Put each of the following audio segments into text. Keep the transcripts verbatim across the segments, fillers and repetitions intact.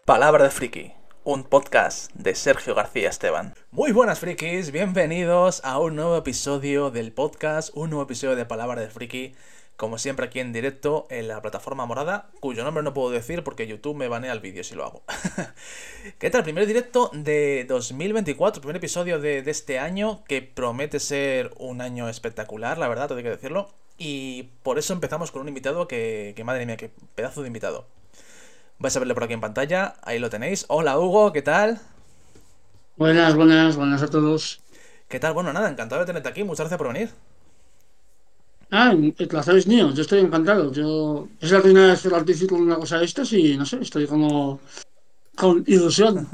Palabra de Friki, un podcast de Sergio García Esteban. Muy buenas frikis, bienvenidos a un nuevo episodio del podcast, un nuevo episodio de Palabra de Friki, como siempre aquí en directo en la plataforma morada, cuyo nombre no puedo decir porque YouTube me banea el vídeo si lo hago. ¿Qué tal? Primer directo de dos mil veinticuatro, primer episodio de, de este año, que promete ser un año espectacular, la verdad, tengo que decirlo. Y por eso empezamos con un invitado que, que madre mía, qué pedazo de invitado. Vais a verlo por aquí en pantalla, ahí lo tenéis. Hola Hugo, ¿qué tal? Buenas, buenas, buenas a todos. ¿Qué tal? Bueno, nada, encantado de tenerte aquí, muchas gracias por venir. Ah, el placer es mío, yo estoy encantado. Yo es la primera vez que participo en una cosa de estas y no sé, estoy como con ilusión.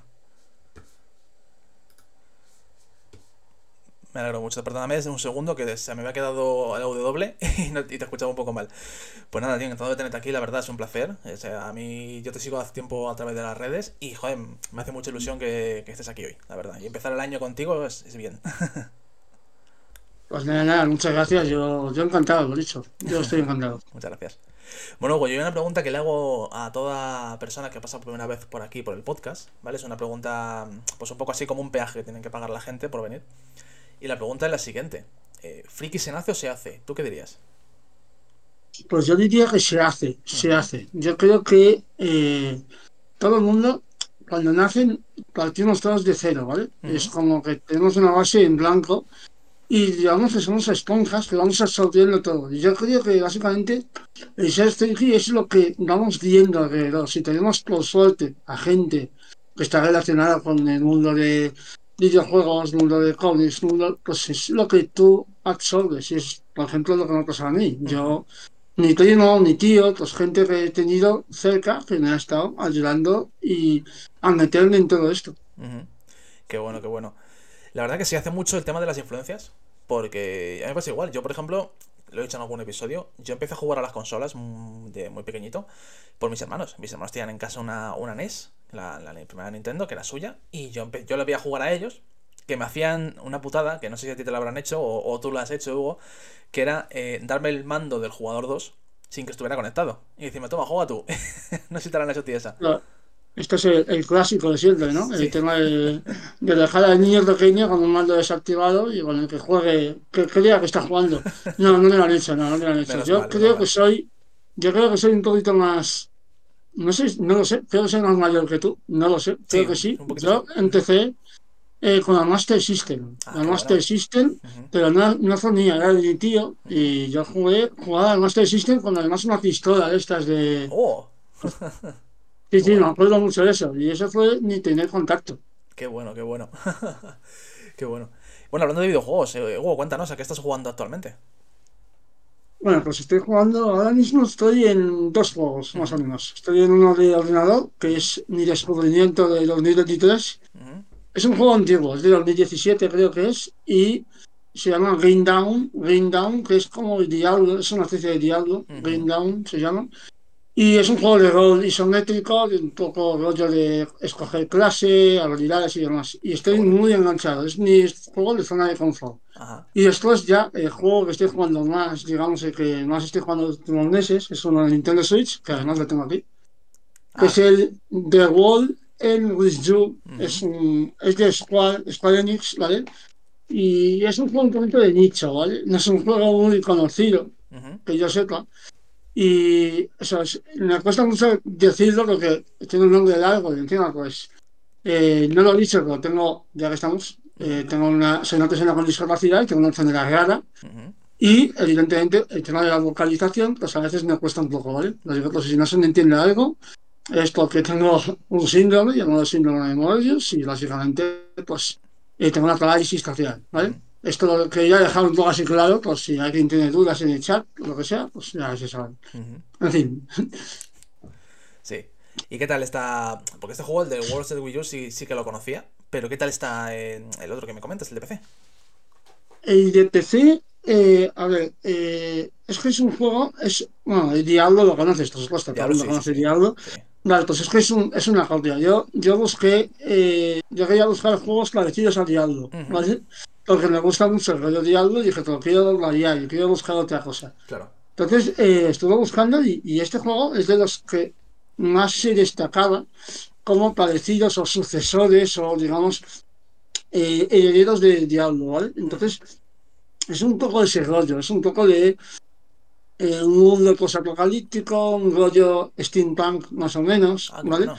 Me alegro mucho, perdóname un segundo que se me había quedado el audio doble y, no, y te escuchaba un poco mal. Pues nada, tío, encantado de tenerte aquí, la verdad es un placer. O sea, a mí yo te sigo hace tiempo a través de las redes y, joder, me hace mucha ilusión que, que estés aquí hoy, la verdad. Y empezar el año contigo es, es bien. Pues nada, nada, muchas gracias. Yo, yo encantado, lo dicho. Yo estoy encantado. Muchas gracias. Bueno, Hugo, yo hay una pregunta que le hago a toda persona que pasa por primera vez por aquí, por el podcast, ¿vale? Es una pregunta, pues un poco así como un peaje que tienen que pagar la gente por venir. Y la pregunta es la siguiente. Eh, ¿Friki se nace o se hace? ¿Tú qué dirías? Pues yo diría que se hace, se Ujú, hace. Yo creo que eh, todo el mundo, cuando nacen, partimos todos de cero, ¿vale? Es ujú, como que tenemos una base en blanco. Y digamos que somos esponjas que vamos absorbiendo todo. Y yo creo que básicamente el ser friki es lo que vamos viendo alrededor. Si tenemos por suerte a gente que está relacionada con el mundo de videojuegos, mundo de cómics, mundo, pues es lo que tú absorbes. Y es, por ejemplo, lo que me pasa a mí. ujú, Yo, ni primo, ni tío, pues gente que he tenido cerca que me ha estado ayudando y a meterme en todo esto. ujú. Qué bueno, qué bueno. La verdad que sí hace mucho el tema de las influencias, porque a mí me pasa igual. Yo, por ejemplo, lo he dicho en algún episodio, yo empecé a jugar a las consolas mm, de muy pequeñito por mis hermanos. Mis hermanos tenían en casa una, una N E S, la, la primera Nintendo, que era suya, y yo, empe- yo le veía jugar a ellos, que me hacían una putada, que no sé si a ti te la habrán hecho o, o tú la has hecho, Hugo, que era eh, darme el mando del jugador dos sin que estuviera conectado. Y decirme, toma, juega tú. No sé si te la han hecho a ti esa. Esto es el, el clásico de siempre, ¿no? El Sí, tema de, de dejar al niño pequeño con un mando desactivado y con el que juegue, que crea que está jugando. No, no me lo han hecho, no, no me lo han hecho. menos Yo mal, menos creo que mal. soy, yo creo que soy un poquito más, no sé, no lo sé, creo que soy más mayor que tú, no lo sé, Sí, creo que un, sí. un poquito sí. Yo Ujú. empecé eh, con la Master System, Ah, la qué Master bueno. System, Ujú, pero no, no fue mía, era de mi tío ujú. y yo jugué, jugaba al Master System con además una pistola de estas de... ¡Oh! Sí, ¡Qué sí, me guay! acuerdo mucho de eso y eso fue mi primer contacto. ¡Qué bueno, qué bueno! ¡Qué bueno! Bueno, hablando de videojuegos, eh, Hugo, cuéntanos, ¿a qué estás jugando actualmente? Bueno, pues estoy jugando, ahora mismo estoy en dos juegos, más o Ujú, menos. Estoy en uno de ordenador, que ujú, es Mi Descubrimiento de dos mil veintitrés. ujú. Es un juego antiguo, es de dos mil diecisiete creo que es, y se llama Green Dawn, Green Dawn, que es como el Diablo, es una especie de Diablo, Green Ujú. Dawn se llama. Y es un juego de rol isométrico, de un poco rollo de escoger clase, habilidades y demás. Y Qué estoy bueno. muy enganchado, es mi juego de zona de confort. Ajá. Y después ya el juego que estoy jugando más, digamos el que más estoy jugando los últimos meses, es uno de Nintendo Switch, que Ujú. además lo tengo aquí, que es Ah. el The World End With You. Es, Ujú, un, es de Square, Square Enix, ¿vale? Y es un juego un poquito de nicho, ¿vale? No es un juego muy conocido, ujú. que yo sepa. Y o sea, es- me cuesta mucho decirlo porque tiene un nombre largo y encima, pues, eh, no lo he dicho, pero tengo, ya que estamos, Ujú, eh, tengo una, soy una persona con discapacidad y tengo una enfermedad rara. ujú. Y evidentemente el tema de la vocalización, pues a veces me cuesta un poco, ¿vale? Lo digo, pues si no se me entiende algo, es porque tengo un síndrome llamado síndrome de Moebius y básicamente, pues eh, tengo una parálisis facial, ¿vale? Ujú. Esto lo quería dejar un poco así claro, por si alguien tiene dudas en el chat o lo que sea, pues ya se sabe. Ujú. En fin, Sí. ¿Y qué tal está? Porque este juego, el de World of Wii U, sí, sí que lo conocía. Pero ¿qué tal está eh, el otro que me comentas, el de P C? el de P C, eh, a ver, eh, es que es un juego, es, bueno, el Diablo lo conoces, por supuesto, todo el Diablo, mundo sí, sí, conoce el sí. Diablo. Sí. Vale, pues es que es, un, es una copia. Yo, yo busqué, eh, yo quería buscar juegos parecidos a Diablo, Ujú. ¿vale? Porque me gusta mucho el rollo Diablo y dije, pero quiero variar y quiero buscar otra cosa. Claro. Entonces, eh, estuve buscando y, y este juego es de los que más se destacaba como parecidos o sucesores o, digamos, eh, herederos de Diablo, ¿vale? Ujú. Entonces, es un poco ese rollo, es un poco de eh, un mundo posapocalíptico, un rollo steampunk más o menos, Ah, qué ¿vale? bueno.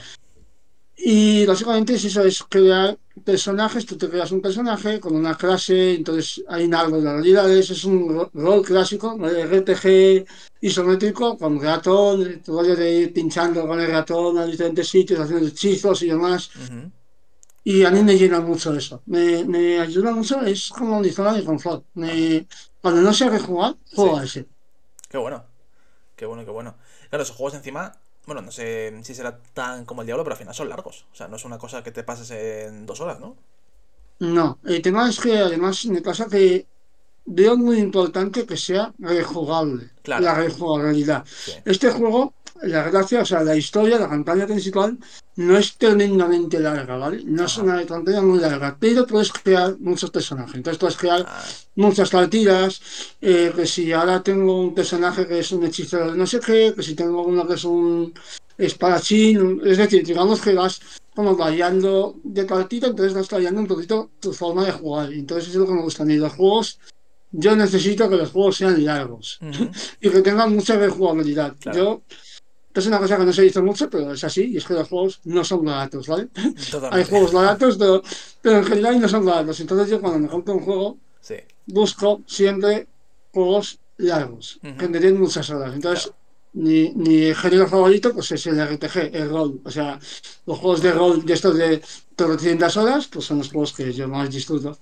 Y básicamente es eso, es crear personajes, tú te creas un personaje con una clase, entonces hay un árbol de habilidades, es un ro- rol clásico, ¿vale? R P G isométrico, con ratón, tu rollo de ir pinchando con el ratón a diferentes sitios, haciendo hechizos y demás. Ujú. Y a mí me llena mucho eso. Me, me ayuda mucho, es como mi zona de confort. Ajá. Me, cuando no sé qué jugar, juego Sí. a ese. Qué bueno. Qué bueno, qué bueno. Claro, esos juegos encima, bueno, no sé si será tan como el Diablo, pero al final son largos. O sea, no es una cosa que te pases en dos horas, ¿no? No, el tema es que además me pasa que veo muy importante que sea rejugable, Claro. la rejugabilidad. Sí. Este juego, la gracia, o sea, la historia, la campaña principal, no es tremendamente larga, ¿vale? No es Ajá. una campaña muy larga, pero puedes crear muchos personajes. Entonces puedes crear Ah. muchas partidas, eh, que si ahora tengo un personaje que es un hechicero de no sé qué, que si tengo uno que es un espadachín, es decir, digamos que vas como variando de partida, entonces vas variando un poquito tu forma de jugar. Y entonces es lo que me gusta a mí. Los juegos yo necesito que los juegos sean largos Ujú. y que tengan mucha rejugabilidad. Claro. Yo, es una cosa que no se dice mucho, pero es así, y es que los juegos no son baratos, ¿vale? Hay Totalmente. juegos baratos, pero, pero en general no son baratos. Entonces yo cuando me compro un juego, Sí. busco siempre juegos largos, que Ujú. me den muchas horas. Claro. Entonces, mi, mi género favorito pues es el R P G, el rol. O sea, los juegos de Ajá. rol de estos de trescientas horas, pues son los juegos que yo más disfruto.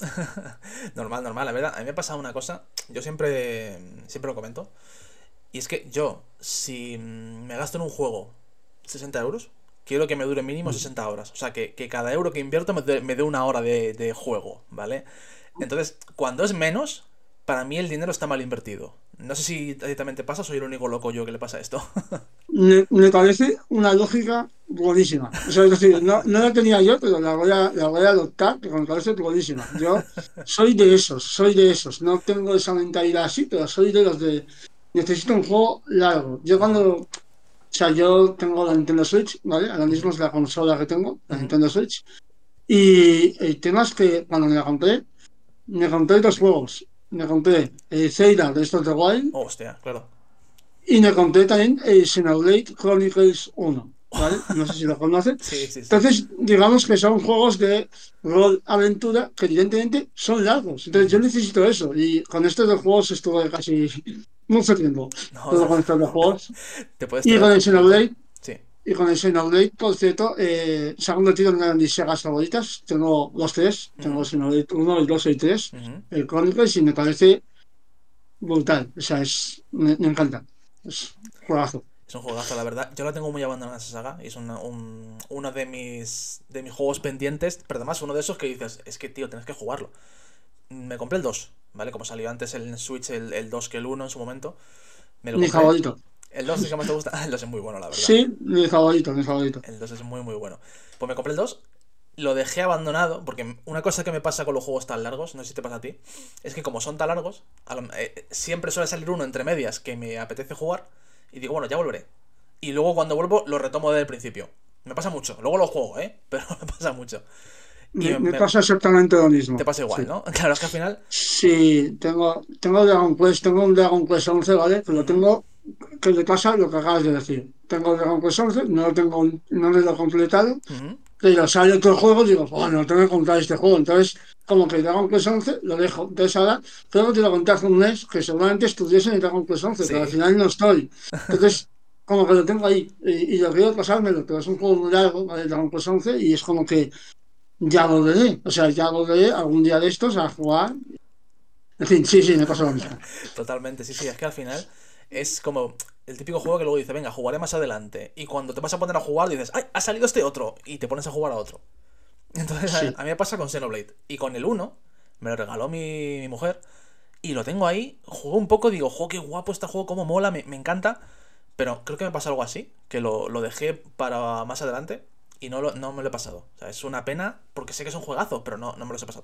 Normal, normal. La verdad, a mí me ha pasado una cosa. Yo siempre, siempre lo comento. Y es que yo, si mm, me gasto en un juego sesenta euros, quiero que me dure mínimo sesenta horas. O sea, que, que cada euro que invierto me dé, me dé una hora de, de juego, ¿vale? Entonces, cuando es menos, para mí el dinero está mal invertido. No sé si a ti también te pasa, soy el único loco yo que le pasa esto. Me, me parece una lógica buenísima. O sea, es decir, no, no la tenía yo, pero la voy a, la voy a adoptar, porque me parece buenísima. Yo soy de esos, soy de esos. No tengo esa mentalidad así, pero soy de los de necesito un juego largo. Yo Ujú, cuando, o sea, yo tengo la Nintendo Switch, ¿vale? Ahora ujú, mismo es la consola que tengo, la ujú. Nintendo Switch. Y el tema es que cuando me la compré, me compré dos juegos. Me compré el Zelda de estos de Wild Oh, hostia, claro. y me compré también el Xenoblade Chronicles uno, ¿vale? No sé si lo conoces. Sí, sí, sí. Entonces, digamos que son juegos de rol aventura que evidentemente son largos. Entonces, yo Ujú. necesito eso. Y con estos dos juegos estuve casi mucho tiempo. No, Todo con estos dos juegos. te puedes Y tirar con el un montón. Xenoblade, Sí. y con el Xenoblade, por cierto, eh, se ha convertido en una de mis sagas favoritas. Tengo los tres. Tengo el Ujú, Xenoblade uno, el dos y el tres. ujú. El Chronicles, y me parece brutal. O sea, es, me, me encanta. Es un juegazo. Es un juegazo, la verdad. Yo la tengo muy abandonada esa saga. Y es una- un- uno de mis, de mis juegos pendientes. Pero además uno de esos que dices, es que tío, tienes que jugarlo. Me compré el dos, ¿vale? Como salió antes el Switch, el, el dos que el uno en su momento. Me lo Mi compré. favorito. El dos es el que más te gusta. El dos es muy bueno, la verdad. Sí, mi favorito, mi favorito. El dos es muy, muy bueno. Pues me compré el dos, lo dejé abandonado, porque una cosa que me pasa con los juegos tan largos, no sé si te pasa a ti, es que como son tan largos, a lo- eh, siempre suele salir uno entre medias que me apetece jugar, y digo, bueno, ya volveré. Y luego cuando vuelvo lo retomo desde el principio. Me pasa mucho. Luego lo juego, ¿eh? Pero me pasa mucho. Y Me, me, me me- pasa exactamente lo te mismo. pasa igual, Sí. ¿no? Claro, es que al final... Sí, tengo, tengo Dragon Quest, tengo un Dragon Quest once, ¿vale? Pero Ujú. tengo que le pasa lo que acabas de decir. Tengo el Dragon Quest once, no lo tengo, no me lo he completado, Ujú. pero sale otro juego y digo, bueno, tengo que comprar este juego. Entonces, como que el Dragon Quest once lo dejo. Entonces ahora tengo que ir a contar hace un mes que seguramente estuviese en el Dragon Quest once, pero al Sí. final no estoy. Entonces, como que lo tengo ahí y, y lo quiero pasármelo, pero es un juego muy largo, ¿vale? El Dragon Quest once, y es como que ya volveré, o sea, ya volveré algún día de estos a jugar. En fin, sí, sí, me pasa lo mismo. Totalmente, sí, sí, es que al final es como el típico juego que luego dice, venga, jugaré más adelante. Y cuando te vas a poner a jugar dices, ¡ay! Ha salido este otro. Y te pones a jugar a otro. Entonces a, Sí. a mí me pasa con Xenoblade. Y con el uno me lo regaló mi, mi mujer. Y lo tengo ahí, juego un poco, digo, jo, qué guapo este juego, cómo mola, me, me encanta. Pero creo que me pasa algo así, que lo, lo dejé para más adelante y no, lo- no me lo he pasado. O sea, es una pena porque sé que es un juegazo, pero no, no me los he pasado.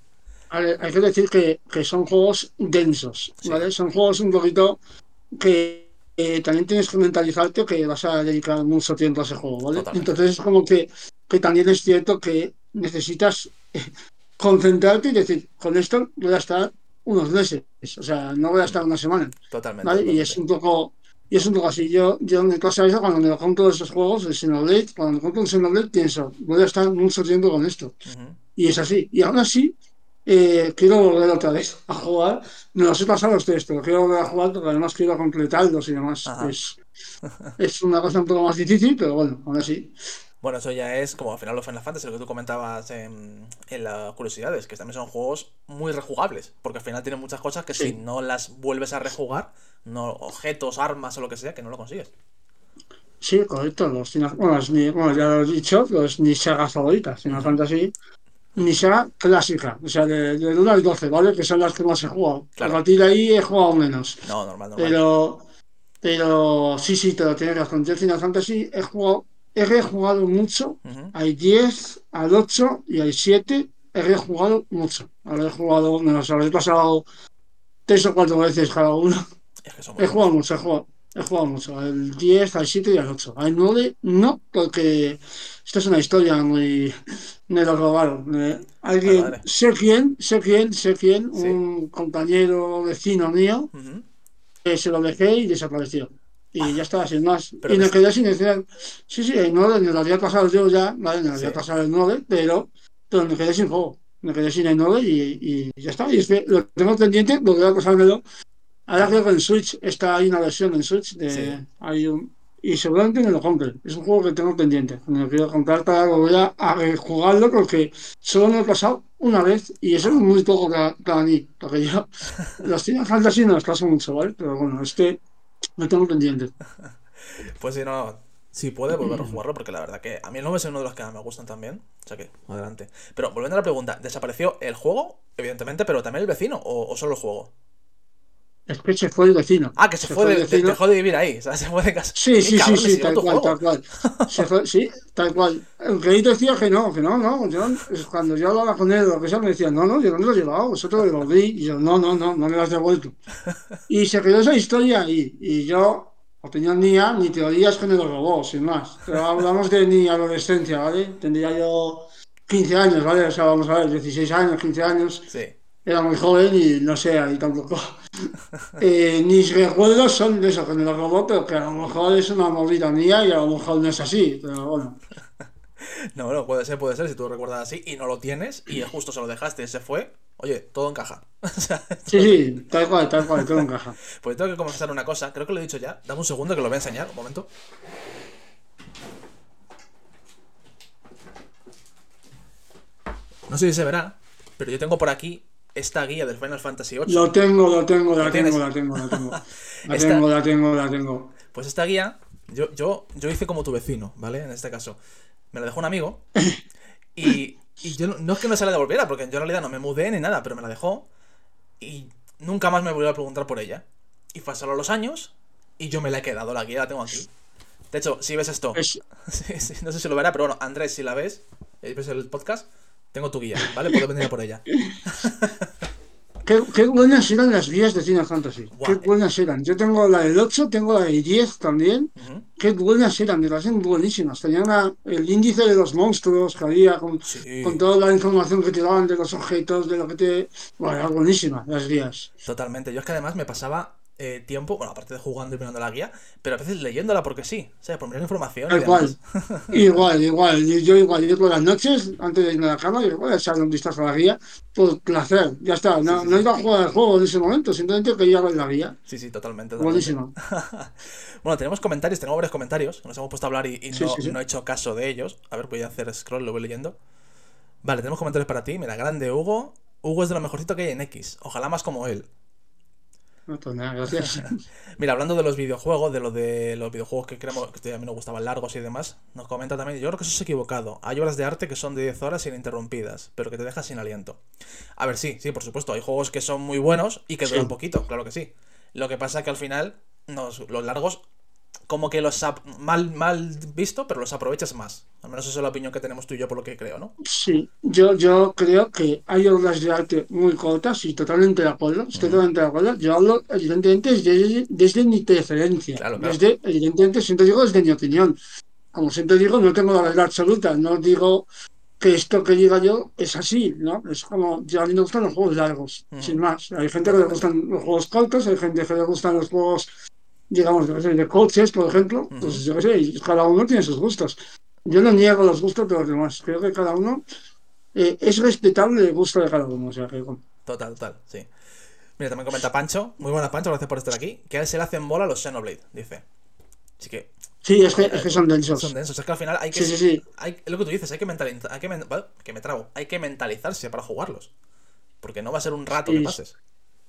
A ver, hay que decir que, que son juegos densos, Sí. ¿vale? Son juegos un poquito que eh, también tienes que mentalizarte que vas a dedicar mucho tiempo a ese juego, ¿vale? Totalmente. Entonces es como que, que también es cierto que necesitas eh, concentrarte y decir, con esto voy a estar unos meses, o sea, no voy a Mm. estar una semana, Totalmente, ¿vale? Y es totalmente. un poco, y es un poco así. Yo, yo en el caso de eso, cuando me lo compro esos juegos, el Xenoblade, cuando me compro un Xenoblade, pienso, voy a estar mucho tiempo con esto. Ujú. Y es así. Y aún así, eh, quiero volver otra vez a jugar. Me los he pasado los tres, pero quiero volver a jugar porque además quiero completarlos y demás. Ajá. Es, es una cosa un poco más difícil, pero bueno, aún así. Bueno, eso ya es como al final los Final Fantasy, lo que tú comentabas en, en las curiosidades, que también son juegos muy rejugables, porque al final tienen muchas cosas que si Sí, no las vuelves a rejugar, no objetos, armas o lo que sea, que no lo consigues. sí, correcto. Los Final- bueno, los mi- bueno, ya lo he dicho, los mis sagas favoritas, Final Ujú. Fantasy. Mi saga clásica, o sea, de, del uno al doce, ¿vale? Que son las que más he jugado. A Claro. partir de ahí he jugado menos. No, normal, normal. Pero Pero sí, sí, te lo tienes razón. Yo Final Fantasy he jugado, he rejugado mucho. Ujú. Hay diez al ocho y hay siete. He rejugado mucho. Ahora he jugado, me los habré pasado tres o cuatro veces cada uno. Es que son muy He jugado buenos. mucho, he jugado, he jugado mucho. Al diez, al siete y al ocho. Al nueve no, porque esto es una historia muy... Me lo robaron. Eh, Vale, alguien, vale. sé quién, sé quién, sé quién, Sí. un compañero vecino mío Ujú. eh, se lo dejé y desapareció. Y ya estaba, sin más. Pero Y que me es... quedé sin decir, sí, sí, el nueve me lo había pasado yo ya, ¿vale? Me lo había Sí. pasado el nueve, pero, pero me quedé sin juego. Me quedé sin el nueve y, y ya está. Y es que lo tengo pendiente, volver a pasármelo. Ahora Ujú. creo que en Switch está, hay una versión en Switch Sí. de, hay un, y seguramente me lo compre. Es un juego que tengo pendiente. Me lo quiero comprar para volver a, a jugarlo porque solo me lo he pasado una vez y eso es Ajá. muy poco para, para mí. Porque yo los Final Fantasy no los paso mucho, ¿vale? Pero bueno, este me tengo pendiente. Pues si no, si puede volver a jugarlo, porque la verdad que a mí el nueve es uno de los que me gustan también. O sea que, adelante. Pero volviendo a la pregunta, ¿desapareció el juego? Evidentemente, pero también el vecino, o, o solo el juego. Es que se fue el vecino. Ah, que se Se fue fue el de, de- vecino. dejó de vivir ahí, o sea, se fue de casa. Sí, ¡Qué sí, sí, cabrón! Y se sí, llevó tal tu cual, tal juego. cual. Se fue, sí, tal cual. El que decía que no, que no, no. Yo, es cuando yo hablaba con él, lo que sea, me decía, no, no, yo no me lo he llevado, vosotros lo devolví. Y yo, no, no, no, no me lo has devuelto. Y se quedó esa historia ahí. Y yo, opinión mía, mi teoría es que me lo robó, sin más. Pero hablamos de mi adolescencia, ¿vale? Tendría yo quince años, ¿vale? O sea, vamos a ver, dieciséis años, quince años. Sí. Era muy joven y no sé, ahí tampoco. Eh, mis recuerdos son de eso, que me lo robó, pero que a lo mejor es una movida mía y a lo mejor no es así. Pero bueno, No, no, puede ser, puede ser, si tú recuerdas así y no lo tienes y justo se lo dejaste y se fue. Oye, todo encaja. O sea, sí, todo bien. sí, tal cual, tal cual, todo encaja. Pues tengo que confesar una cosa, creo que lo he dicho ya. Dame un segundo que lo voy a enseñar, un momento. No sé si se verá, pero yo tengo por aquí esta guía del Final Fantasy ocho. Lo tengo, lo tengo, ¿Lo la tengo, tienes? la tengo, la tengo. La Esta, tengo, la tengo, la tengo. pues esta guía, yo, yo, yo hice como tu vecino, ¿vale? En este caso. Me la dejó un amigo y, y yo no, no es que no se la devolviera, porque yo en realidad no me mudé ni nada, pero me la dejó y nunca más me volvió a preguntar por ella. Y pasaron los años y yo me la he quedado, la guía la tengo aquí. De hecho, si ves esto, Es, sí, sí, no sé si lo verá, pero bueno, Andrés, si la ves, y ves el podcast, tengo tu guía, ¿vale? Puedes venir a por ella. qué, qué buenas eran las guías de Final Fantasy. Qué Buah, eh, buenas eran. Yo tengo la del ocho, tengo la del diez también. ujú. Qué buenas eran, me parecen buenísimas. Tenían una- el índice de los monstruos que había con, con Sí, toda la información que te daban de los objetos, de lo que te... Bueno, eran buenísimas las guías. totalmente. Yo es que además me pasaba eh, tiempo, bueno, aparte de jugando y mirando la guía, pero a veces leyéndola porque sí, o sea, por mirar información y Tal cual. demás. Igual, igual. Y yo igual, yo por las noches, antes de irme a la cama, yo voy a echarle un vistazo a la guía por placer. Ya está. Sí, No, sí, no sí. iba a jugar al juego en ese momento, simplemente quería ver la guía. Sí, sí, totalmente, totalmente. Buenísimo. Bueno, tenemos comentarios, tenemos varios comentarios. Nos hemos puesto a hablar y, y Sí, no, sí, sí. no he hecho caso de ellos. A ver, voy a hacer scroll, lo voy leyendo. Vale, tenemos comentarios para ti. Mira, grande Hugo. Hugo es de lo mejorcito que hay en X. Ojalá más como él. No, pues nada, gracias. Mira, hablando de los videojuegos, de lo de los videojuegos que creemos que a mí nos gustaban largos y demás, nos comenta también, yo creo que eso es equivocado. Hay obras de arte que son de diez horas ininterrumpidas, pero que te dejan sin aliento. A ver, sí, sí, por supuesto, hay juegos que son muy buenos y que duran Sí, poquito, claro que sí. Lo que pasa es que al final nos- los largos como que los ap- mal, mal visto, pero los aprovechas más. Al menos esa es la opinión que tenemos tú y yo por lo que creo, ¿no? Sí, yo, yo creo que hay obras de arte muy cortas y totalmente de acuerdo, estoy Ujú. totalmente de acuerdo. Yo hablo evidentemente desde, desde mi preferencia, Claro, claro. desde, evidentemente, siempre digo desde mi opinión. Como siempre digo, no tengo la verdad absoluta, no digo que esto que diga yo es así, ¿no? Es como, yo a mí me gustan los juegos largos, sin Ujú. más. Hay gente que le Totalmente. gustan los juegos cortos, hay gente que le gustan los juegos, digamos, yo qué sé, de coches, por ejemplo, Ujú. pues yo qué sé, y cada uno tiene sus gustos. Yo no niego los gustos de los demás, creo que cada uno eh, es respetable el gusto de cada uno, o sea que, bueno, Total, total, sí. Mira, también comenta Pancho. Muy buenas, Pancho, gracias por estar aquí. Que a él se le hacen bola los Xenoblade, dice. Así que, sí, es que, joder, es que eh, son son densos. densos. Es que al final hay que. Sí, sí, sí, Hay, es lo que tú dices, hay que mentalizar. Hay que, men- vale, que me trago. Hay que mentalizarse para jugarlos. Porque no va a ser un rato que sí, pases.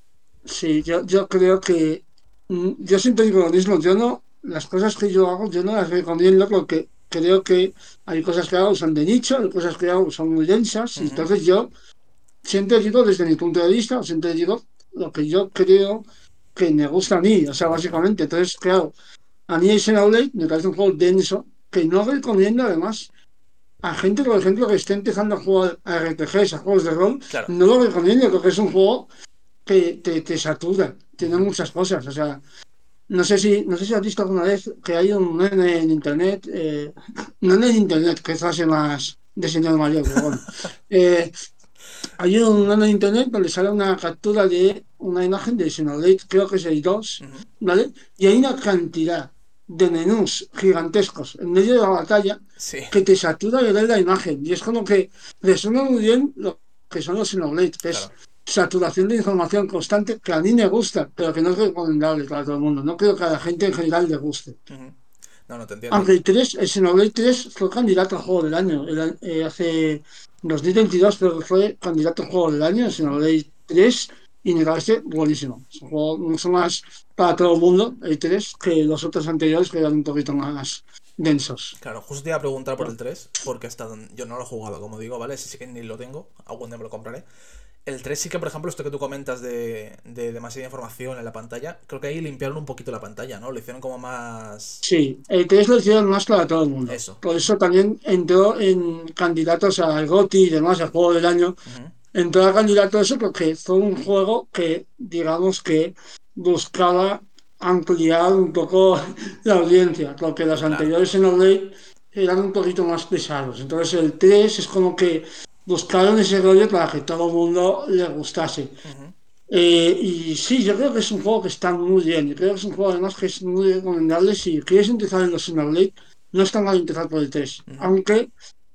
sí, yo, yo creo que, mm, yo siempre digo lo mismo, yo no, las cosas que yo hago, yo no las recomiendo porque creo que hay cosas que hago son de nicho, hay cosas que hago son muy densas, y Ujú. entonces yo siempre digo desde mi punto de vista, siempre digo lo que yo creo que me gusta a mí, o sea, Correcto. básicamente, entonces, claro, a mí el Xenoblade me parece un juego denso, que no recomiendo además a gente, por ejemplo, que esté empezando a jugar a R P Gs, a juegos de rol, Claro. no lo recomiendo porque es un juego que te, te satura, tiene Ujú. muchas cosas, o sea, no sé si, no sé si has visto alguna vez que hay un meme en internet, eh, no en internet, que hace más de señor mayor, pero bueno. Eh, Hay un meme en internet donde sale una captura de una imagen de Xenoblade, creo que es el dos, Ujú. ¿vale? Y hay una cantidad de menús gigantescos en medio de la batalla Sí, que te satura de ver la imagen. Y es como que resume muy bien lo que son los Xenoblade, que es claro. saturación de información constante, que a mí me gusta, pero que no es recomendable para todo el mundo. No creo que a la gente en general le guste. Ujú. No, no te entiendo. Aunque el tres, el Xenoblade tres fue candidato a juego del año. El a- eh, hace dos mil veintidós creo que fue candidato a juego del año, el Ujú. Xenoblade tres, y me parece buenísimo. Es un juego mucho más para todo el mundo, el tres, que los otros anteriores que eran un poquito más densos. Claro, justo te iba a preguntar por el Bueno, tres porque hasta donde- yo no lo he jugado, como digo, ¿vale? Ese sí que ni lo tengo, algún día me lo compraré. El tres sí que, por ejemplo, esto que tú comentas de, de demasiada información en la pantalla, creo que ahí limpiaron un poquito la pantalla, ¿no? Lo hicieron como más... sí, el tres lo hicieron más para todo el mundo. Eso. Por eso también entró en candidatos al GOTY y demás, al juego del año. Ujú. Entró a candidato a eso porque fue un juego que, digamos que buscaba ampliar un poco la audiencia, porque los Claro. anteriores en Xenoblade eran un poquito más pesados. Entonces el tres es como que buscaron ese rollo para que todo el mundo le gustase. Ujú. Eh, y sí, yo creo que es un juego que está muy bien. Yo creo que es un juego además que es muy recomendable. Si quieres empezar en los Xenoblade, no está mal empezar por el tres. Ujú. Aunque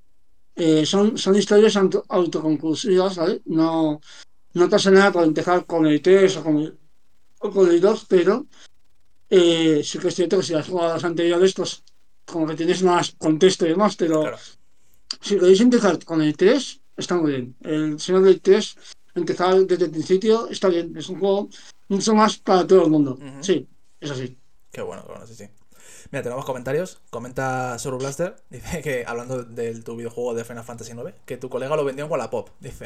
eh, son, son historias auto- autoconclusivas, ¿vale? No, no pasa nada por empezar con el tres o con el, o con el dos, pero eh, sí que es cierto que si has jugado a los anteriores, pues como que tienes más contexto y demás, pero Claro. si queréis empezar con el tres está muy bien. El Xenoblade tres empezar desde el principio, está bien. Es un juego mucho más para todo el mundo. Ujú. Sí, es así. Qué bueno, qué bueno, sí, sí. Mira, tenemos comentarios. Comenta Soru Blaster. Dice que, hablando de tu videojuego de Final Fantasy nueve, que tu colega lo vendió en Wallapop. Dice.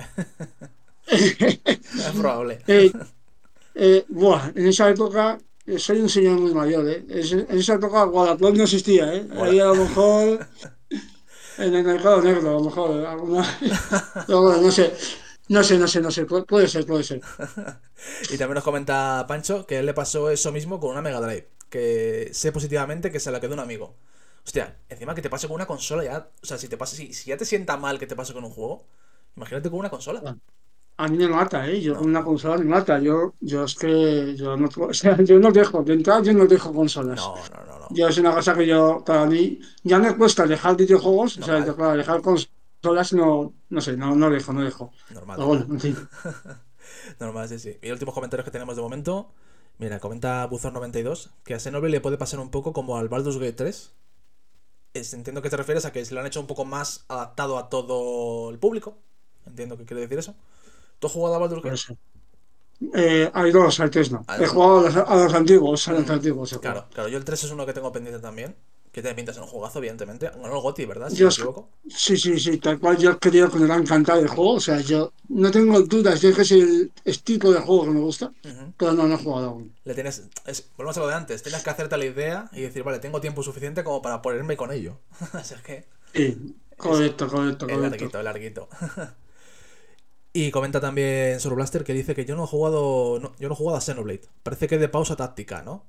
Es probable. Eh, eh, buah, en esa época, eh, soy un señor muy mayor, ¿eh? Es- en esa época Wallapop no existía, ¿eh? Ahí Hola. a lo mejor en el mercado negro, a lo mejor, alguna... Pero bueno, no sé, no sé, no sé, no sé, pu- puede ser, puede ser. Y también nos comenta Pancho que a él le pasó eso mismo con una Mega Drive. Que sé positivamente que se la quedó un amigo. Hostia, encima que te pase con una consola ya. O sea, si te pasa, si, si ya te sienta mal que te pase con un juego, imagínate con una consola. Bueno, a mí me mata, ¿eh? Yo con No, una consola me mata. Yo, yo es que yo no, o sea, yo no dejo, de entrada yo no dejo consolas. no, no, no, no. Yo es una cosa que yo, para mí, ya me cuesta dejar videojuegos, o sea, Normal, para dejar consolas no, no sé, no, no dejo, no dejo. normal, Pero bueno, normal. en fin. Normal, sí, sí. Y últimos comentarios que tenemos de momento. Mira, comenta Buzor noventa y dos que a Xenoblade le puede pasar un poco como al Baldur's Gate tres. Es- entiendo que te refieres a que se lo han hecho un poco más adaptado a todo el público. Entiendo que quiere decir eso. ¿Tú has jugado a Baldur's Por Gate? eso. Eh, hay dos, hay tres no. A He dos, ¿no? jugado a los, a los antiguos, a los Ujú. antiguos he jugado. Claro, claro. Yo el tres es uno que tengo pendiente también. Que te pintas en un juegazo, evidentemente. Ganó el GOTY, ¿verdad? Si no Yo, me es- equivoco. sí, sí, sí, tal cual yo creo que me va a encantar el juego. O sea, yo no tengo dudas de que es el estilo de juego que me gusta, Ujú. pero no, no he jugado aún. Le tienes. Es, volvemos a lo de antes. Tienes que hacerte la idea y decir, vale, tengo tiempo suficiente como para ponerme con ello. Así es que Sí, es, correcto, correcto, es correcto. larguito, es larguito. Y comenta también sobre Blaster que dice que yo no he jugado. No, yo no he jugado a Xenoblade. Parece que es de pausa táctica, ¿no?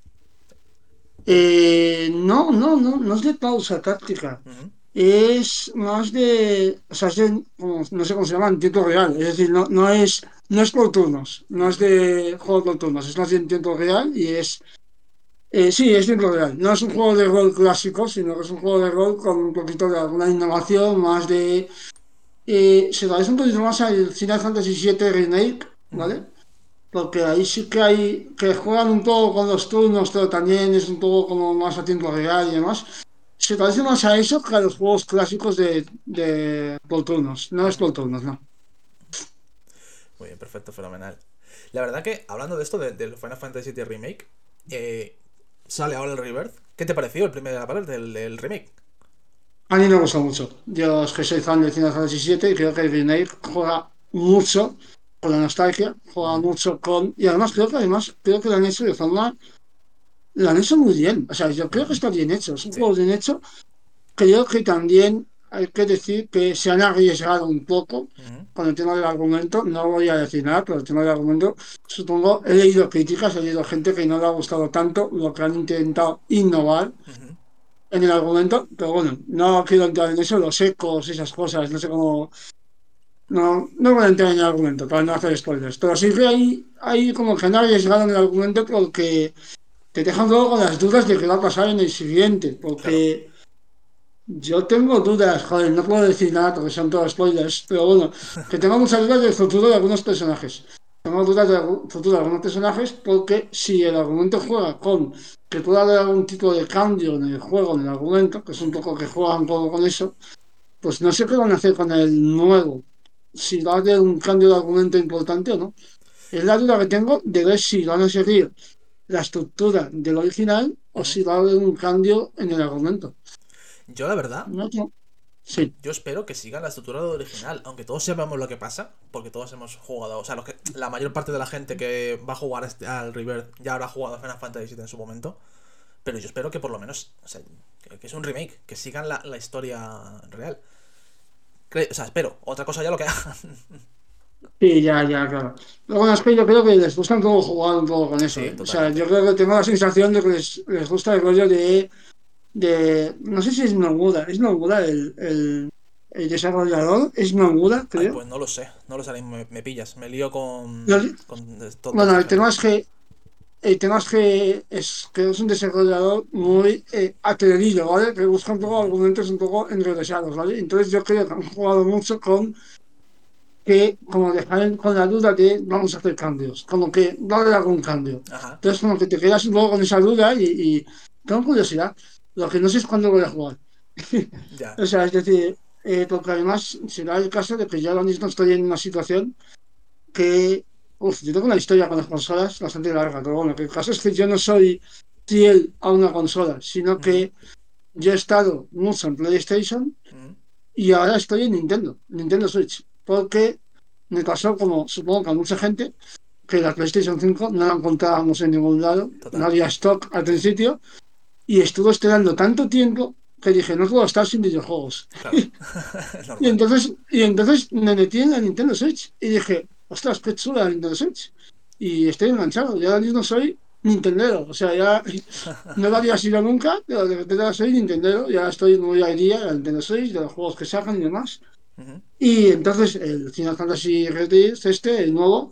Eh, no, no, no, no es de pausa táctica. Ujú. Es más de, o sea, es de- como- no sé cómo se llama, en tiempo real. Es decir, no, no es, no es por turnos, no es Ujú. de juego por turnos, es más de en tiempo real y es, eh, sí, es tiempo real. No es un juego de rol clásico, sino que es un juego de rol con un poquito de alguna innovación, más de, eh, se parece un poquito más al Final Fantasy siete Remake, Ujú. ¿vale? Porque ahí sí que hay, que juegan un poco con los turnos, pero también es un poco como más a tiempo real y demás. Se parece más a eso que a los juegos clásicos de, de por turnos. No es Ujú. por turnos, no. Muy bien, perfecto, fenomenal. La verdad que, hablando de esto, de- del Final Fantasy siete Remake, eh, sale ahora el Rebirth. ¿Qué te pareció el primer parte del, del remake? A mí me gusta mucho. Yo es que soy fan de Final Fantasy siete y creo que el remake juega mucho con la nostalgia, juega Ujú. mucho con... Y además creo que además creo que lo han hecho de forma... Lo han hecho muy bien. O sea, yo creo que Ujú. está bien hecho. Es un Sí, juego bien hecho. Creo que también hay que decir que se han arriesgado un poco ujú, con el tema del argumento. No voy a decir nada, pero el tema del argumento, supongo, he leído críticas, he leído gente que no le ha gustado tanto lo que han intentado innovar ujú. en el argumento, pero bueno, no quiero entrar en eso, los ecos, esas cosas, no sé cómo. No, no voy a entrar en el argumento para no hacer spoilers, pero sí que hay, hay como que han arriesgado en el argumento porque te dejan luego con las dudas de qué va a pasar en el siguiente, Claro. porque yo tengo dudas, joder, no puedo decir nada porque son todos spoilers, pero bueno, que tengo muchas dudas del futuro de algunos personajes. Tengo dudas del futuro de algunos personajes porque si el argumento juega con que pueda haber algún tipo de cambio en el juego, en el argumento, que es un Ujú. poco que juegan un poco con eso, pues no sé qué van a hacer con el nuevo. Si va a haber un cambio de argumento importante o no. Es la duda que tengo de ver si van a seguir la estructura del original o Ujú. si va a haber un cambio en el argumento. Yo, la verdad, No, no. yo, Sí. yo espero que sigan la estructura del original, aunque todos sepamos lo que pasa, porque todos hemos jugado, o sea, los que, la mayor parte de la gente que va a jugar este- al Rebirth ya habrá jugado a Final Fantasy siete en su momento, pero yo espero que por lo menos, o sea, que, que es un remake, que sigan la, la historia real. Cre- o sea, espero, otra cosa ya lo que hagan. Sí, ya, ya, claro. Pero bueno, es que yo creo que les gusta un poco jugar un poco con eso, Sí, ¿eh? O sea, yo totalmente. creo que tengo la sensación de que les, les gusta el rollo de, de... No sé si es Nomura, es Nomura el, el, el desarrollador, es Nomura, Ay, creo. pues no lo sé, no lo sé, ahí me, me pillas, me lío Yo- con, con de- to- toda bueno, esta el tema gente. es que, el tema es que es, que es un desarrollador Ujú. muy eh, atrevido, ¿vale? Que busca un poco Ujú. argumentos un poco enrevesados, ¿vale? Entonces yo creo que han jugado mucho con que como dejar con la duda de vamos a hacer cambios, como que va a haber algún cambio. Ajá, Entonces como que te quedas un poco con esa duda y, y tengo curiosidad. Lo que no sé es cuándo voy a jugar. ya. O sea, es decir, eh, porque además será el caso de que yo ahora mismo estoy en una situación que, uf, yo tengo una historia con las consolas bastante larga, pero bueno, que el caso es que yo no soy fiel a una consola, sino Ujú. que yo he estado mucho en PlayStation Ujú. y ahora estoy en Nintendo, Nintendo Switch, porque me pasó como supongo que a mucha gente, que la PlayStation cinco no la encontrábamos en ningún lado, no Total, había stock al sí, principio, y estuve esperando tanto tiempo que dije, no puedo estar sin videojuegos. claro. Es Y normal. entonces, y entonces me metí en la Nintendo Switch y dije, ostras, qué chula la Nintendo Switch. Y estoy enganchado, ya ahora mismo soy Nintendero, o sea, ya no lo había sido nunca, pero de repente ahora soy Nintendero, ya estoy muy al día de la Nintendo Switch, de los juegos que sacan y demás. Ujú. Y entonces el Final Fantasy Rebirth, este, el nuevo,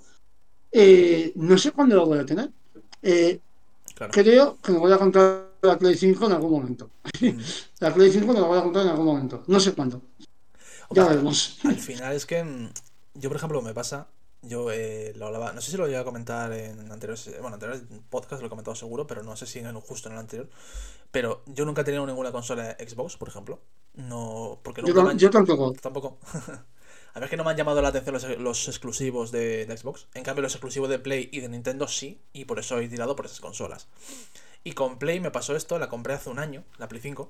eh, no sé cuándo lo voy a tener. Eh, Claro. Creo que me voy a comprar la Play cinco en algún momento. Ujú. La Play cinco me la voy a comprar en algún momento. No sé cuándo. Hombre, Ya es que veremos. al final es que mm, yo, por ejemplo, me pasa, yo eh, lo hablaba, no sé si lo llegué a comentar en anteriores, eh, bueno, anteriores podcasts lo he comentado seguro, pero no sé si en, justo en el anterior, pero yo nunca he tenido ninguna consola Xbox, por ejemplo, no, porque Yo, nunca me tam- han, yo tampoco. tampoco, a ver, es que no me han llamado la atención los, los exclusivos de, de Xbox, en cambio los exclusivos de Play y de Nintendo sí, y por eso he tirado por esas consolas. Y con Play me pasó esto, la compré hace un año, la Play cinco.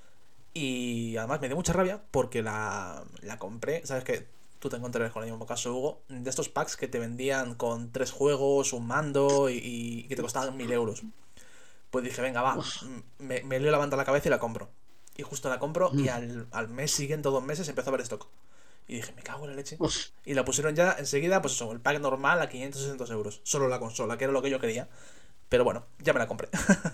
Y además me dio mucha rabia porque la, la compré, ¿sabes qué? Tú te encontrarás con el mismo caso, Hugo, de estos packs que te vendían con tres juegos, un mando y, y que te costaban mil euros. Pues dije, venga, va, Uf, me, me leo la banda a la cabeza y la compro. Y justo la compro y mm, al, al mes siguiente o dos meses empezó a haber stock. Y dije, me cago en la leche. uf. Y la pusieron ya enseguida, pues eso, el pack normal a quinientos sesenta euros. Solo la consola, que era lo que yo quería. Pero bueno, ya me la compré.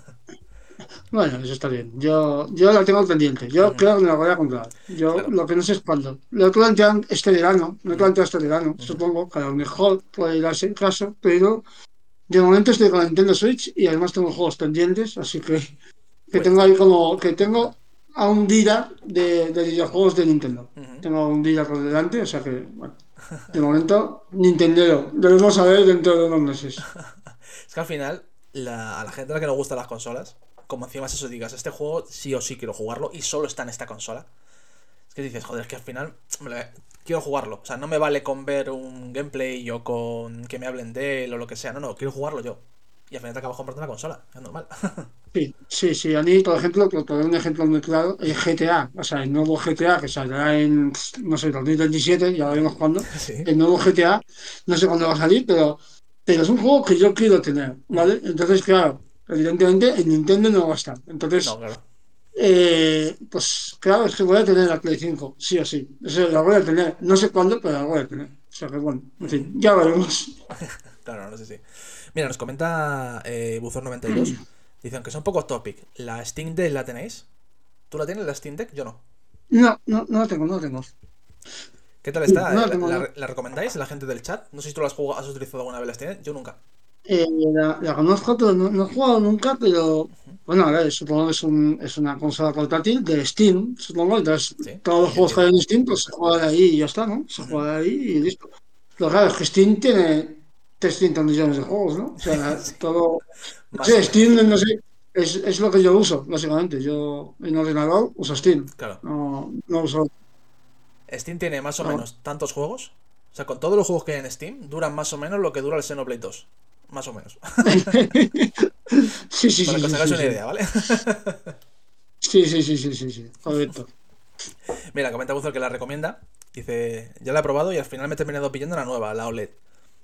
Bueno, eso está bien. Yo, yo la tengo pendiente. Yo Ujú, creo que me la voy a comprar. Yo claro. lo que no sé es cuándo. Lo he planteado este verano, lo he Ujú, planteado este verano, ujú. supongo que a lo mejor puede darse el caso, pero de momento estoy con la Nintendo Switch y además tengo juegos pendientes, así que, que Pues ya tengo está. ahí como que tengo a un día de, de videojuegos de Nintendo. Ujú. Tengo un día por delante, o sea que, bueno, de momento, Nintendero. Debemos saber dentro de unos meses. Es que al final, la, a la gente a la que no gustan las consolas, como encima eso digas, este juego sí o sí quiero jugarlo y solo está en esta consola. Es que dices, joder, es que al final me lo- quiero jugarlo. O sea, no me vale con ver un gameplay o con que me hablen de él o lo que sea. No, no, quiero jugarlo yo. Y al final te acabas comprando una consola. Es normal. Sí, sí, sí. A mí, por ejemplo, por poner un ejemplo muy claro, el G T A, o sea, el nuevo G T A que saldrá en, no sé, dos mil veintisiete, ya veremos cuándo. Sí. El nuevo G T A, no sé cuándo va a salir, pero, pero es un juego que yo quiero tener, Ujú. ¿vale? Entonces, claro, evidentemente en Nintendo no va a estar. No, Entonces, claro. eh, pues claro, es que voy a tener la Play cinco, sí o sí. Eso la voy a tener. No sé cuándo, pero la voy a tener. O sea que bueno, en Ujú. fin, ya veremos. Claro, no sé si. Mira, nos comenta eh, Buzor noventa y dos. Dice, aunque sea un poco topic, ¿la Steam Deck la tenéis? ¿Tú la tienes, la Steam Deck? Yo no. No, no, no la tengo, no la tengo. ¿Qué tal está? No Eh, la ¿La, tengo, no. la- la recomendáis a la gente del chat? No sé si tú la has, jugado, has utilizado alguna vez la Steam Deck. Yo nunca. Eh, la, la conozco, pero no, no he jugado nunca, pero bueno, a ver, supongo que es, un, es una consola portátil de Steam, supongo, entonces Sí, todos los yo juegos que hay entiendo. en Steam, pues se juegan ahí y ya está, ¿no? Se Ujú. juega ahí y listo. Pero claro, es que Steam tiene trescientos millones de juegos, ¿no? O sea, Sí, todo... más o Sí, menos. Steam, no sé, es, es lo que yo uso, básicamente. Yo en ordenador uso Steam, Claro. no, no uso... Steam tiene más o no. menos tantos juegos. O sea, con todos los juegos que hay en Steam, duran más o menos lo que dura el Xenoblade dos. Más o menos. Sí, sí, Para sí, que os sí, hagáis sí, una sí. idea, ¿vale? Sí, sí, sí, sí, sí, sí, correcto. Mira, comenta Buzzer que la recomienda. Dice, ya la he probado y al final me he terminado pillando la nueva, la O L E D.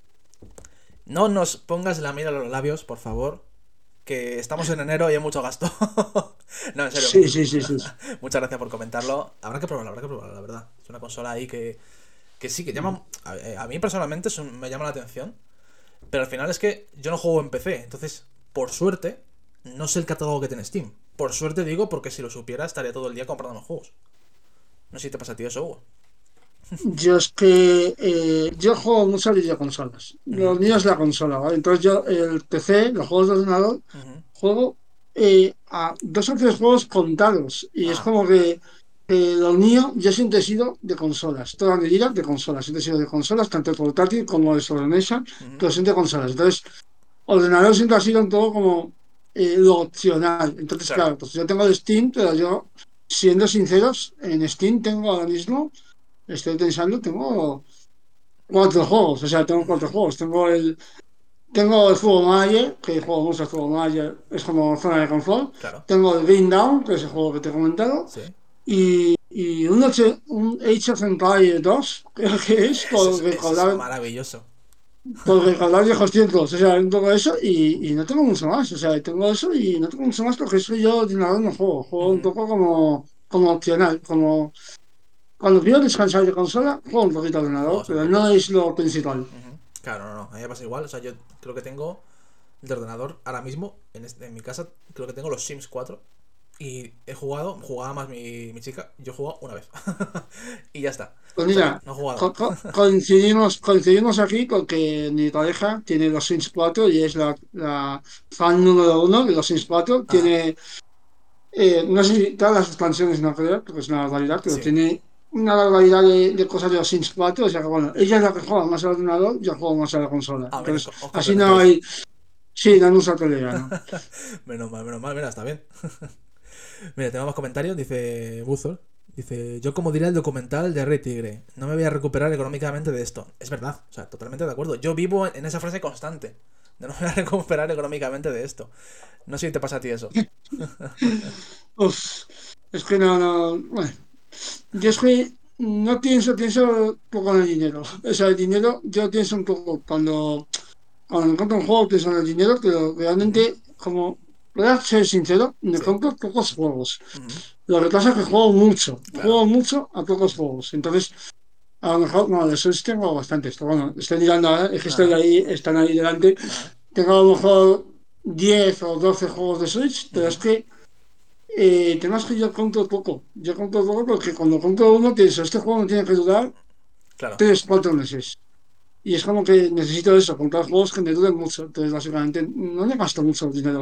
No nos pongas la mira a los labios, por favor. Que estamos en enero y hay mucho gasto. No, en serio. Sí, sí, sí, sí. Muchas gracias por comentarlo. Habrá que probarla, habrá que probarla, la verdad. Es una consola ahí que, que sí, que llama... A, a mí personalmente es un- me llama la atención. Pero al final es que yo no juego en P C. Entonces, por suerte, no sé el catálogo que tiene Steam. Por suerte digo, porque si lo supiera estaría todo el día comprando más juegos. No sé si te pasa a ti eso, Hugo. Yo es que eh, yo juego muchas videoconsolas. Lo Ujú, yo mío es la también. consola, ¿vale? Entonces yo el P C, los juegos de ordenador, Ujú. juego eh, a dos o tres juegos contados. Y es Ah, como que eh, lo mío, yo siempre he sido de consolas. Toda mi vida de consolas. Siempre he sido de consolas, tanto portátil como de sobremesa, ujú, pero siempre de consolas. Entonces, ordenador siempre ha sido un poco como eh, lo opcional. Entonces, claro. claro, pues yo tengo el Steam, pero yo, siendo sinceros, en Steam tengo ahora mismo. Estoy pensando, tengo cuatro juegos, o sea, tengo cuatro juegos. Tengo el, tengo el Fútbol Manager, que juego mucho al Fútbol Manager, es como zona de confort. Claro. Tengo el Green Down, que es el juego que te he comentado. Sí. Y, y un, H- un Age of Empires dos, creo que es, Ese por es, ese es recordar, maravilloso. por recordar viejos tiempos. O sea, un poco eso y, y no tengo mucho más. O sea, tengo eso y no tengo mucho más porque eso yo de nada no juego. Juego un Ujú, poco como, como opcional, como cuando quiero descansar de consola, juego un poquito de ordenador, juegas un pero no poco. es lo principal. Ujú. Claro, no, no. A mí me pasa igual. O sea, yo creo que tengo de ordenador ahora mismo en, este- en mi casa. Creo que tengo los Sims cuatro. Y he jugado, jugaba más mi, mi chica. Yo he jugado una vez. Y ya está. Pues O sea que mira, no he jugado co- más. co- coincidimos, coincidimos aquí porque mi pareja tiene los Sims cuatro y es la, la fan número uno de los Sims cuatro. Ajá. Tiene, eh, no sé si todas las expansiones, no creo, porque es una barbaridad, pero Sí. tiene una barbaridad de, de cosas de los Sims cuatro. O sea que bueno, ella es la que juega más al ordenador, yo juego más a la consola. Ah, mira, Entonces, os así no complementáis. hay, sí, no nos pelea, ¿no? Menos mal, menos mal, mira, está bien. Mira, tenemos más comentarios. Dice Buzor. Dice, yo como diría el documental de Rey Tigre, no me voy a recuperar económicamente de esto. Es verdad, o sea, totalmente de acuerdo. Yo vivo en esa frase constante. no me voy a recuperar económicamente de esto. No sé si te pasa a ti eso. Uf, es que no, no, bueno, yo es que no pienso, pienso poco en el dinero. O sea, el dinero yo pienso un poco cuando, cuando me compro un juego, pienso en el dinero, pero Ujú. realmente, como, voy a ser sincero, me Sí. compro pocos juegos. Ujú. Lo que pasa es que juego mucho, Claro. juego mucho a pocos juegos. Entonces, a lo mejor, bueno, de Switch tengo bastantes, pero bueno, estoy mirando ahora, es que estoy Ajá. ahí, están ahí delante. Ajá. Tengo a lo mejor diez o doce juegos de Switch, pero es Ujú. que eh, el tema es que yo compro poco. Yo compro poco porque cuando compro uno pienso, este juego me tiene que durar Claro. tres cuatro meses. Y es como que necesito eso, comprar juegos que me duren mucho. Entonces, básicamente, no me gasto mucho dinero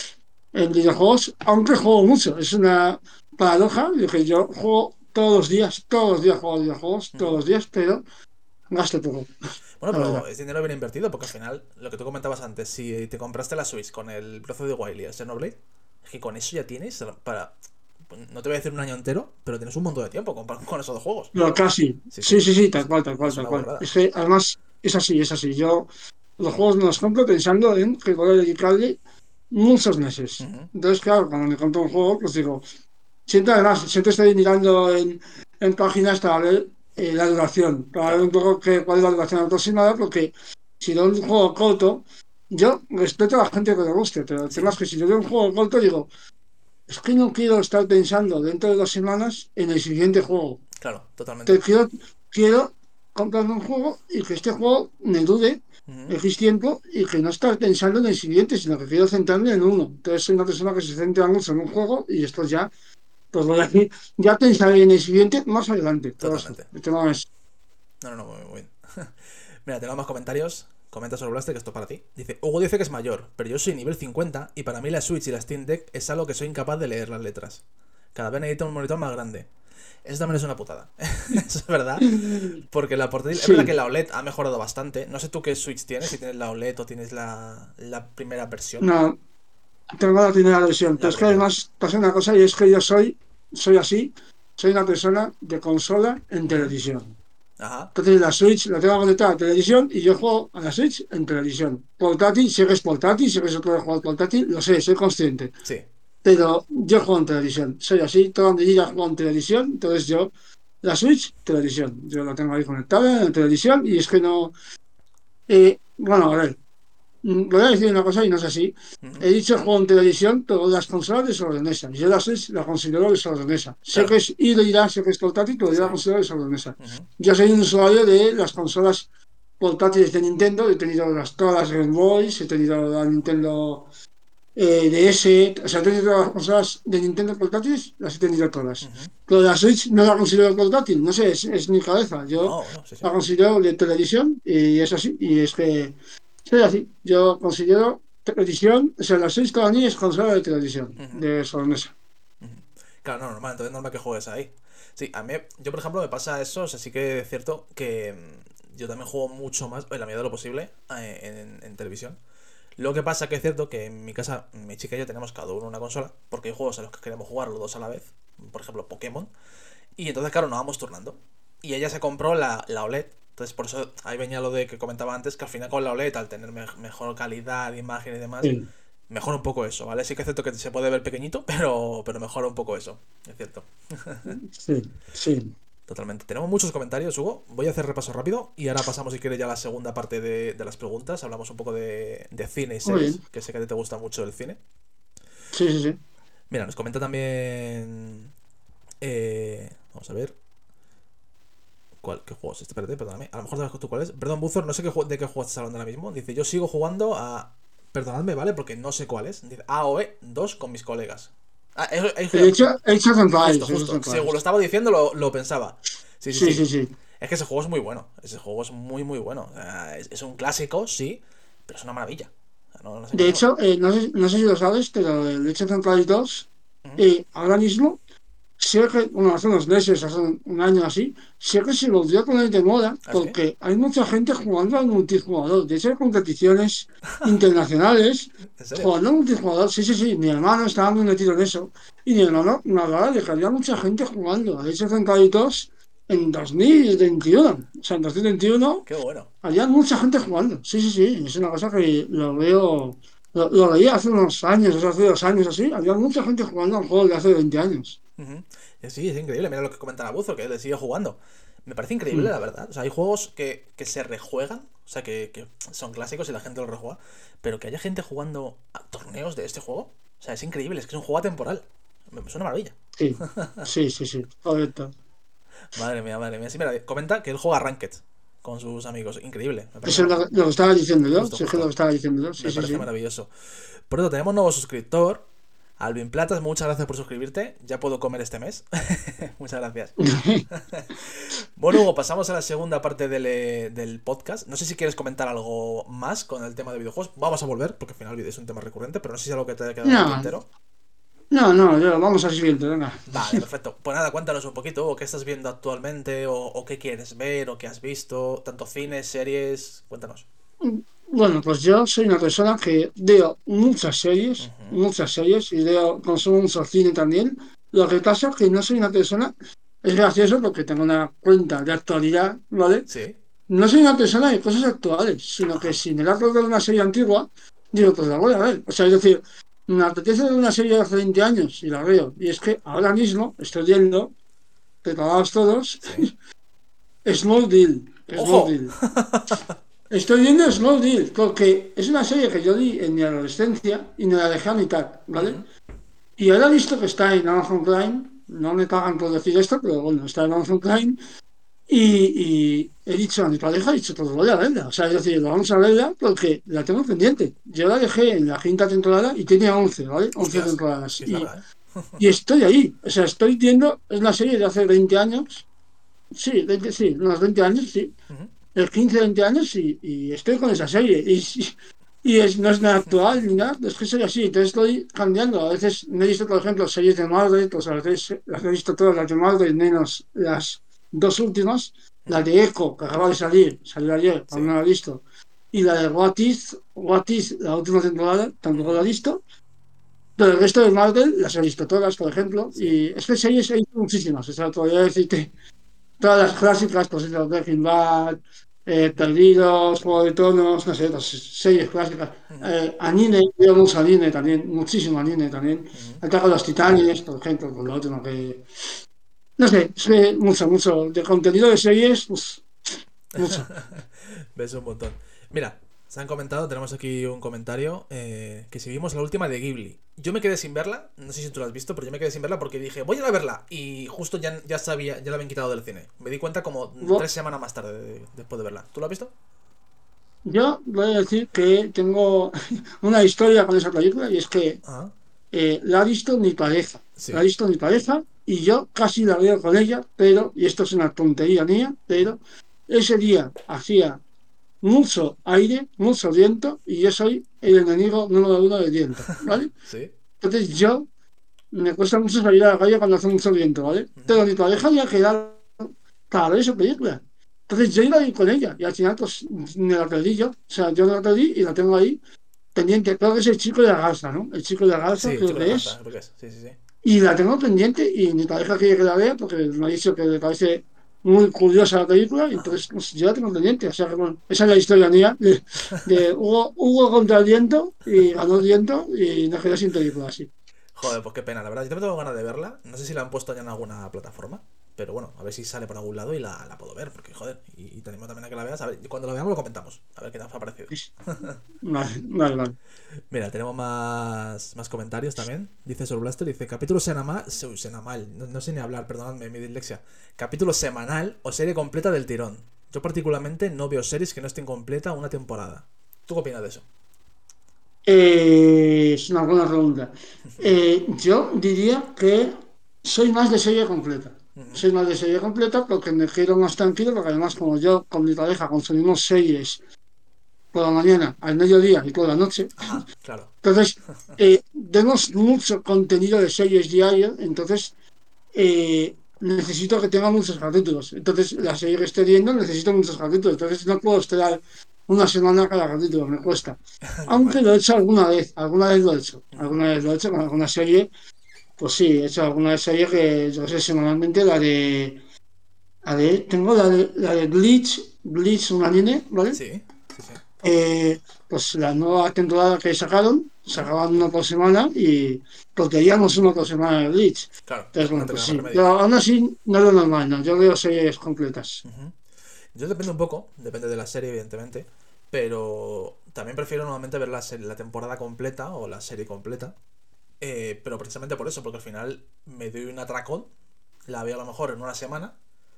en videojuegos, aunque juego mucho. Es una paradoja de que yo juego todos los días, todos los días juego a videojuegos, todos Ujú. los días, pero gasto poco, Bueno, la pero verdad. es dinero bien invertido porque al final, lo que tú comentabas antes, si te compraste la Switch con el Breath of the Wild y el Xenoblade, es que con eso ya tienes para, no te voy a decir un año entero, pero tienes un montón de tiempo comparado con esos dos juegos. Pero casi. Sí, Sí, sí, sí, sí, tal es, cual, tal cual, es tal una cual. burrada. Es que además es así, es así. Yo los juegos me los compro pensando en que voy a dedicarle muchos meses. Ujú. Entonces, claro, cuando me compro un juego, pues digo, siempre además, siempre estoy mirando en, en páginas para ver eh, la duración, para ver un Claro. poco qué, cuál es la duración aproximada, porque si doy un juego corto, yo respeto a la gente que le guste, pero el tema Sí, es que si yo doy un juego corto, digo, es que no quiero estar pensando dentro de dos semanas en el siguiente juego. claro, Te totalmente. quiero, quiero comprarme un juego y que este juego me dure Ujú. X tiempo y que no estar pensando en el siguiente, sino que quiero centrarme en uno. Entonces soy una persona que se centra mucho en un juego y esto ya, pues voy a decir, ya pensaré en el siguiente más adelante. Pero eso, Totalmente. el tema es, No, no, no, muy, muy bien. Mira, tengo más comentarios. Comenta sobre Blaster que esto es para ti. Dice, Hugo dice que es mayor, pero yo soy nivel cincuenta y para mí la Switch y la Steam Deck es algo que soy incapaz de leer las letras. Cada vez necesito un monitor más grande. Eso también es una putada. Eso es verdad. Porque la portátil. Es verdad que sí, la O L E D ha mejorado bastante. No sé tú qué Switch tienes, si tienes la O L E D o tienes la, la primera versión. no, tengo la primera versión. Pero La es que primera. además pasa una cosa y es que yo soy, soy así, soy una persona de consola en Ujú. televisión. Ajá. Entonces la Switch la tengo conectada a la televisión y yo juego a la Switch en televisión. Portátil, sé que es portátil, sé que se puede jugar portátil, lo sé, soy consciente. Sí. Pero yo juego en televisión. Soy así, toda mi vida juego en televisión. Entonces yo, la Switch, televisión. Yo la tengo ahí conectada en la televisión y es que no... eh, bueno, a ver, mm, voy a decir una cosa y no es así. Ujú. He dicho juego en televisión, pero las consolas de sobremesa. Yo la Switch la considero de sobremesa. Sé que Claro. es híbrida, sé que es portátil, pero yo Sí. la considero de sobremesa. Ujú. Yo soy un usuario de las consolas portátiles de Nintendo. He tenido las, todas las Game Boys, he tenido la Nintendo eh, D S, o sea, he tenido todas las consolas de Nintendo portátiles, las he tenido todas. Ujú. Pero la Switch no la considero portátil, no sé, es, es mi cabeza. Yo No, no, sí, sí. la considero de televisión y es así. Y es que soy así. Yo considero televisión, o sea, la Switch para mí es consola de televisión, Ujú. de sobremesa. Ujú. Claro, no, normal, entonces normal que juegues ahí. Sí, a mí, yo por ejemplo me pasa eso, o sea, sí que es cierto que mm, yo también juego mucho más, en la medida de lo posible, eh, en, en televisión. Lo que pasa que es cierto que en mi casa, mi chica y yo tenemos cada uno una consola, porque hay juegos a los que queremos jugar los dos a la vez, por ejemplo Pokémon, y entonces claro, nos vamos turnando. Y ella se compró la, la O L E D, entonces por eso ahí venía lo de que comentaba antes, que al final con la O L E D, al tener me- mejor calidad de imagen y demás, Sí, mejora un poco eso, ¿vale? Sí que es cierto que se puede ver pequeñito, pero, pero mejora un poco eso, es cierto. sí, sí. Totalmente. Tenemos muchos comentarios, Hugo. Voy a hacer repaso rápido y ahora pasamos, si quieres, ya a la segunda parte de, de las preguntas. Hablamos un poco de, de cine y Muy series, bien. que sé que a ti te gusta mucho el cine. Sí, sí, sí. Mira, nos comenta también... eh, vamos a ver. ¿Cuál, ¿Qué juego es este? Espérate, perdóname. A lo mejor sabes tú cuál es. Perdón, Buzzer, no sé qué, ju- de qué juego estás hablando ahora mismo. Dice, yo sigo jugando a... Perdonadme, ¿vale? Porque no sé cuál es. Dice, A O E dos con mis colegas. Ah, eso, He eso- hecho, he hecho justo, Empires, he hecho justo. Según lo Empires. estaba diciendo, lo, lo pensaba. Sí, sí, Sí, sí. sí, sí. Es que ese juego es muy bueno. Ese juego es muy, muy bueno. O sea, es, es un clásico, sí, pero es una maravilla. O sea, no nos De engañemos. hecho, eh, no sé, no sé si lo sabes, pero el Age of Empires dos, Ujú. eh, ahora mismo, sé que, bueno, hace unos meses, hace un, un año así, sé que se volvió a poner de moda ¿Ah, sí? porque hay mucha gente jugando al multijugador. De hecho, hay competiciones internacionales ¿En serio? jugando al multijugador. Sí, sí, sí, mi hermano estaba muy metido en eso. Y mi hermano me hablaba de que había mucha gente jugando al Age of Empires dos en dos mil veintiuno. O sea, en dos mil veintiuno Qué bueno. había mucha gente jugando. Sí, sí, sí. Es una cosa que lo veo. Lo, lo veía hace unos años, o sea, hace dos años así. Había mucha gente jugando al juego de hace veinte años. Ujú. Sí, es increíble. Mira lo que comenta Nabuzo, que él sigue jugando. Me parece increíble, Mm. la verdad. O sea, hay juegos que, que se rejuegan, o sea, que, que son clásicos y la gente los rejuega, pero que haya gente jugando a torneos de este juego, o sea, es increíble, es que es un juego atemporal. Me- Es una maravilla. Sí, sí, sí, sí. Correcto. Madre mía, madre mía. Sí, mira, comenta que él juega Ranked con sus amigos. Increíble. Me parece Eso es mar- lo, lo que estaba diciendo yo. justo, Sí, es que lo que justo. estaba diciendo yo. Sí, Me sí, parece sí. maravilloso. Por eso tenemos un nuevo suscriptor. Alvin Platas, muchas gracias por suscribirte. Ya puedo comer este mes. Muchas gracias. Bueno, Hugo, pasamos a la segunda parte del, eh, del podcast. No sé si quieres comentar algo más con el tema de videojuegos. Vamos a volver, porque al final es un tema recurrente, pero no sé si es algo que te haya quedado en el No, tintero. no, no, yo, vamos al siguiente, venga. Vale, perfecto. Pues nada, cuéntanos un poquito, Hugo, qué estás viendo actualmente, o, o qué quieres ver, o qué has visto, tanto cines, series. Cuéntanos. Bueno, pues yo soy una persona que veo muchas series, Ujú. muchas series, y veo, consumo mucho cine también. Lo que pasa es que no soy una persona, es gracioso porque tengo una cuenta de actualidad, ¿vale? Sí. No soy una persona de cosas actuales, sino que Ajá. si me da por ver una serie antigua, digo, pues la voy a ver. O sea, es decir, me apetece ver una serie de hace veinte años y la veo. Y es que ahora mismo estoy viendo, preparados todos, Sí. Smallville, ¡Ojo! Smallville. Estoy viendo Smallville porque es una serie que yo vi en mi adolescencia y me la dejé a mitad, ¿vale? Ujú. Y ahora he visto que está en Amazon Prime, no me pagan por decir esto, pero bueno, está en Amazon Prime y, y he dicho a mi pareja, he dicho, pues voy a verla, o sea, es decir, vamos a verla porque la tengo pendiente. Yo la dejé en la quinta temporada y tenía once, ¿vale? Once Hostias, temporadas sí es y, larga, ¿eh? y estoy ahí, o sea, estoy viendo, es una serie de hace veinte años, sí, veinte, sí, unos veinte años, sí, Ujú. de quince veinte años y, y estoy con esa serie. Y, y es, no es nada actual ni nada, es que soy así. Entonces estoy cambiando. A veces me he visto, por ejemplo, series de Marvel, pues a veces las he visto todas las de Marvel, menos las dos últimas. La Ujú. de Echo, que acaba de salir, salió ayer, aún no Sí. la he visto. Y la de What If, What If, la última temporada, tampoco la he Ujú. visto. Pero el resto de Marvel las he visto todas, por ejemplo. Sí. Y es que series he visto muchísimas. O sea, podría decirte todas las clásicas, pues eso, Breaking Bad, eh, Perdidos, Juego de Tronos, no sé, las series clásicas. Ujú. Eh, anime, veo mucho anime también, muchísimo anime también. Ujú. Ataque a los Titanes, por ejemplo, con lo último que... No sé, es que mucho, mucho. De contenido de series, pues, mucho. Ves un montón. Mira, se han comentado, tenemos aquí un comentario, eh, que si vimos la última de Ghibli. Yo me quedé sin verla, no sé si tú la has visto, pero yo me quedé sin verla porque dije, voy a ir a verla. Y justo ya, ya sabía, ya la habían quitado del cine. Me di cuenta como Bo- tres semanas más tarde de- después de verla. ¿Tú la has visto? Yo voy a decir que tengo una historia con esa película y es que Ah, eh, la ha visto mi pareja. La ha sí. visto mi pareja y yo casi la veo con ella, pero, y esto es una tontería mía, Ujú. pero ese día hacía mucho aire, mucho viento, y yo soy el enemigo número uno del viento, ¿vale? Sí. Entonces yo me cuesta mucho salir a la calle cuando hace mucho viento, ¿vale? Ujú. Pero mi pareja había quedado para ver esa película. Entonces yo iba a ir con ella y al final pues me la perdí yo. O sea, yo me la perdí y la tengo ahí pendiente. Creo que es el chico de la garza, ¿no? El chico de la garza Sí, creo Chico de la que Garza, es. creo que es. Sí, sí, sí. Y la tengo pendiente y mi pareja quiere que la vea porque me ha dicho que le parece muy curiosa la película y Ajá. entonces pues, yo la tengo pendiente. O sea que bueno, esa es la historia mía de, de Hugo, Hugo contra el viento y ganó el viento y nos quedó sin película así. Joder, pues qué pena, la verdad. Yo también tengo ganas de verla. No sé si la han puesto ya en alguna plataforma. Pero bueno, a ver si sale por algún lado y la, la puedo ver. Porque joder, y, y te animo también a que la veas. A ver, y cuando la veamos lo comentamos. A ver qué te ha parecido. Vale, vale, vale. Mira, tenemos más, más comentarios también. Dice Soul Blaster, dice capítulo semanal, semanal, no, no sé ni hablar, perdonadme mi dislexia. Capítulo semanal o serie completa del tirón. Yo particularmente no veo series que no estén completa una temporada. ¿Tú qué opinas de eso? Eh, es una buena pregunta. Eh, yo diría que soy más de serie completa. Ujú. Soy más de serie completa porque me quiero más tranquilo, porque además como yo con mi pareja consumimos series por la mañana, al mediodía y por la noche, Ajá, claro. entonces eh, vemos mucho contenido de series diario, entonces eh, necesito que tenga muchos capítulos. Entonces la serie que estoy viendo necesito muchos capítulos, entonces no puedo esperar una semana cada capítulo, me cuesta. Aunque Normal. lo he hecho alguna vez, alguna vez lo he hecho, Ujú. alguna vez lo he hecho con alguna serie, pues sí, he hecho alguna serie que yo sé semanalmente, la de A ver, tengo la de, la de Bleach, Bleach un anime, ¿vale? Sí, sí, sí. Eh, pues la nueva temporada que sacaron, Ujú. sacaban una por semana y pues veíamos una por semana de Bleach. Claro, Entonces, no bueno, pues tenía más sí. remedio. Pero aún así, no es lo normal, no. Yo veo series completas. Ujú. Yo depende un poco, depende de la serie, evidentemente, pero también prefiero normalmente ver la, serie- la temporada completa o la serie completa, eh, pero precisamente por eso, porque al final me doy un atracón, la veo a lo mejor en una semana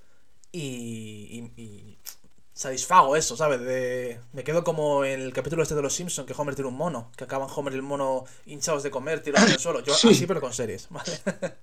y, y, y satisfago eso, ¿sabes? De, me quedo como en el capítulo este de los Simpsons, que Homer tiene un mono, que acaban Homer y el mono hinchados de comer, tirados en el suelo. Yo así, Sí, pero con series, ¿vale?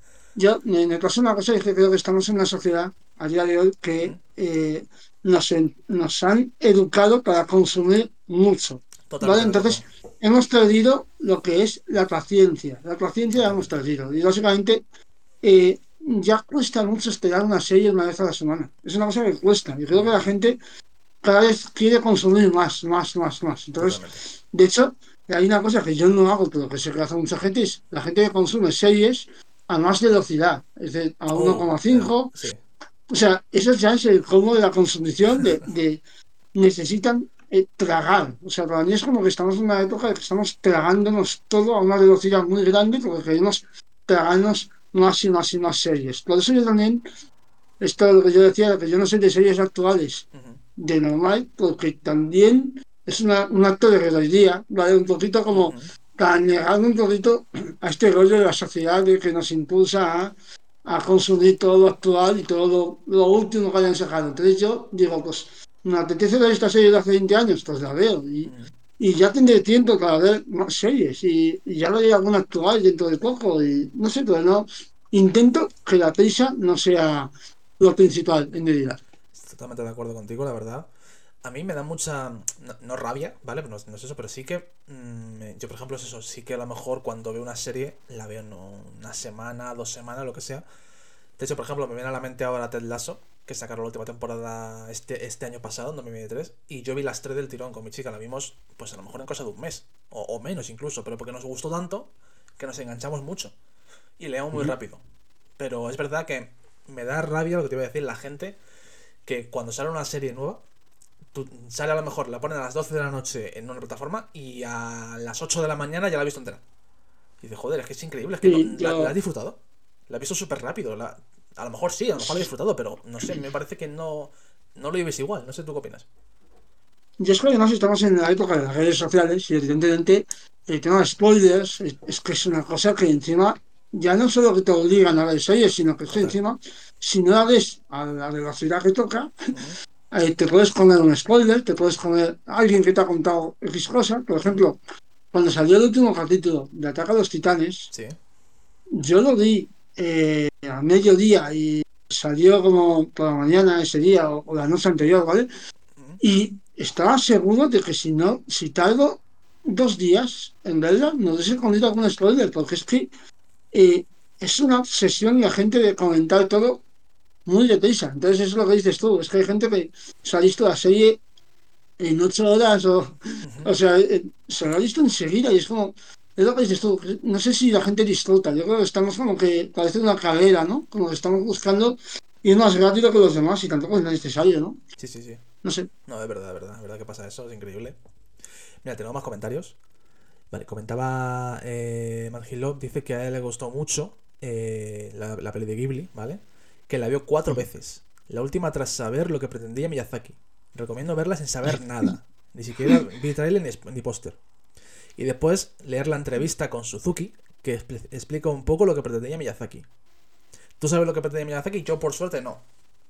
yo me, me pasa una cosa y es que creo que estamos en una sociedad a día de hoy Ujú. que eh, nos, en- nos han educado para consumir mucho. ¿Vale? Totalmente de acuerdo. Entonces, hemos perdido lo que es la paciencia. La paciencia la hemos Totalmente. perdido. Y básicamente eh, ya cuesta mucho esperar una serie una vez a la semana. Es una cosa que cuesta. Y creo que Ujú. la gente cada vez quiere consumir más, más, más, más. Entonces, Totalmente. de hecho, hay una cosa que yo no hago, pero que sé que hace mucha gente, es la gente que consume series a más velocidad, es decir, a Oh, el, uno coma cinco. sí, O sea, eso ya es el colmo de la consumición de, de necesitan eh, tragar. O sea, para mí es como que estamos en una época de que estamos tragándonos todo a una velocidad muy grande porque queremos tragarnos más y más y más series. Por eso yo también, esto es lo que yo decía, que yo no soy de series actuales ujú, de normal, porque también es una, un acto de rebeldía, ¿vale? Un poquito como ujú. para negar un poquito a este rollo de la sociedad de que nos impulsa a, a consumir todo lo actual y todo lo, lo último que hayan sacado. Entonces yo digo, pues me apetece ver esta serie de hace veinte años, pues la veo. Y, Ujú. y ya tendré tiempo para ver más series y, y ya veré alguna actual dentro de poco. Y no sé, pero no. Intento que la prisa no sea lo principal en mi vida. Estoy totalmente de acuerdo contigo, la verdad. A mí me da mucha. No, no rabia, ¿vale? No, no es eso, pero sí que. mm, me- yo, por ejemplo, es eso. Sí que a lo mejor cuando veo una serie, la veo no una semana, dos semanas, lo que sea. De hecho, por ejemplo, me viene a la mente ahora Ted Lasso, que sacaron la última temporada este, este año pasado, en dos mil veintitrés. Y yo vi las tres del tirón con mi chica. La vimos, pues a lo mejor en cosa de un mes. O, o menos incluso, pero porque nos gustó tanto que nos enganchamos mucho. Y leemos muy Ujú. rápido. Pero es verdad que me da rabia lo que te iba a decir la gente que cuando sale una serie nueva, tú, sale a lo mejor, la ponen a las doce de la noche en una plataforma y a las ocho de la mañana ya la he visto entera. Y dice, joder, es que es increíble, es que no, Sí, la, la has yo, disfrutado. La he visto súper rápido. La, a lo mejor sí, a lo mejor la he disfrutado, pero no sé, me parece que no, no lo vives igual. No sé tú qué opinas. yo es que además estamos en la época de las redes sociales y evidentemente el tema de spoilers es, es que es una cosa que encima ya no solo que te obligan a ver series, sino que es que Total. encima si no la ves a la velocidad que toca, Ujú, eh, te puedes poner un spoiler, te puedes poner alguien que te ha contado X cosa. Por ujú. ejemplo, cuando salió el último capítulo de Ataque a los Titanes, Sí. yo lo vi eh, a mediodía y salió como por la mañana ese día o, o la noche anterior, ¿vale? Ujú. Y estaba seguro de que si no, si tardo dos días en verla, no hubiese comido algún spoiler, porque es que eh, es una obsesión la gente de comentar todo muy deprisa. Entonces, eso es lo que dices tú, es que hay gente que se ha visto la serie en ocho horas o, Ujú. o sea, eh, se lo ha visto enseguida y es como, es lo que dices tú, no sé si la gente disfruta, yo creo que estamos como que parece una carrera, ¿no? Como que estamos buscando ir más rápido que los demás y tampoco es necesario, ¿no? Sí, sí, sí. No sé. No, es verdad, es verdad. Es verdad que pasa eso, es increíble. Mira, tenemos más comentarios. Vale, comentaba eh, Manhilov, dice que a él le gustó mucho eh, la, la peli de Ghibli, ¿vale? Que la vio cuatro veces. La última tras saber lo que pretendía Miyazaki. Recomiendo verla sin saber nada. Ni siquiera vi trailer ni, ni póster. Y después leer la entrevista con Suzuki, que expl- explica un poco lo que pretendía Miyazaki. ¿Tú sabes lo que pretendía Miyazaki? Yo por suerte no.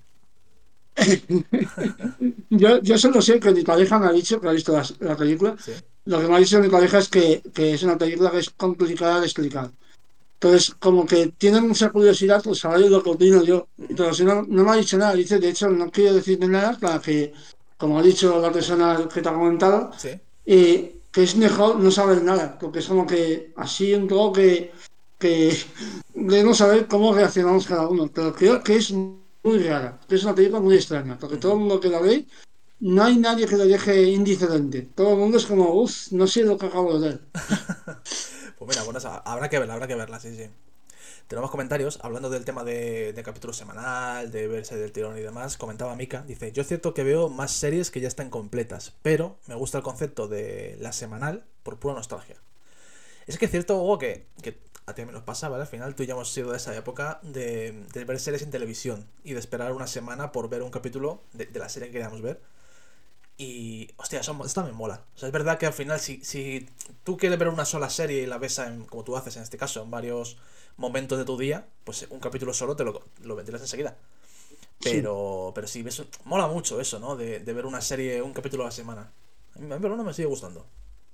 Yo, yo solo sé que mi pareja me ha dicho que ha visto las- la, película. Sí. Lo que me ha dicho mi pareja es que, que es una película que es complicada de explicar. Entonces, como que tiene mucha curiosidad por saber lo que opino yo. Ujú. Pero si no, no me ha dicho nada. Dice, de hecho, no quiero decirle nada para que, como ha dicho la persona que te ha comentado, Sí. eh, que es mejor no saber nada. Porque es como que así un poco que, que debemos saber cómo reaccionamos cada uno. Pero creo Claro. que es muy rara. Que es una película muy extraña. Porque todo Ujú. el mundo que la ve no hay nadie que lo deje indiferente. Todo el mundo es como, uff, no sé lo que acabo de ver. Pues mira, bueno, habrá que verla, habrá que verla, sí, sí. tenemos comentarios hablando del tema de, de capítulo semanal, de verse del tirón y demás. Comentaba Mika, dice, yo es cierto que veo más series que ya están completas, pero me gusta el concepto de la semanal por pura nostalgia. Es que es cierto, Hugo, que, que a ti me nos pasa, ¿vale? Al final tú y yo hemos sido de esa época de, de ver series en televisión y de esperar una semana por ver un capítulo de, de la serie que queríamos ver. Y, hostia, eso, eso también mola. O sea, es verdad que al final, si, si tú quieres ver una sola serie y la ves, en, como tú haces en este caso, en varios momentos de tu día, pues un capítulo solo te lo, lo vendrás enseguida. Pero, sí. pero sí, ves, mola mucho eso, ¿no? De, de ver una serie, un capítulo a la semana. A mí, pero no me sigue gustando.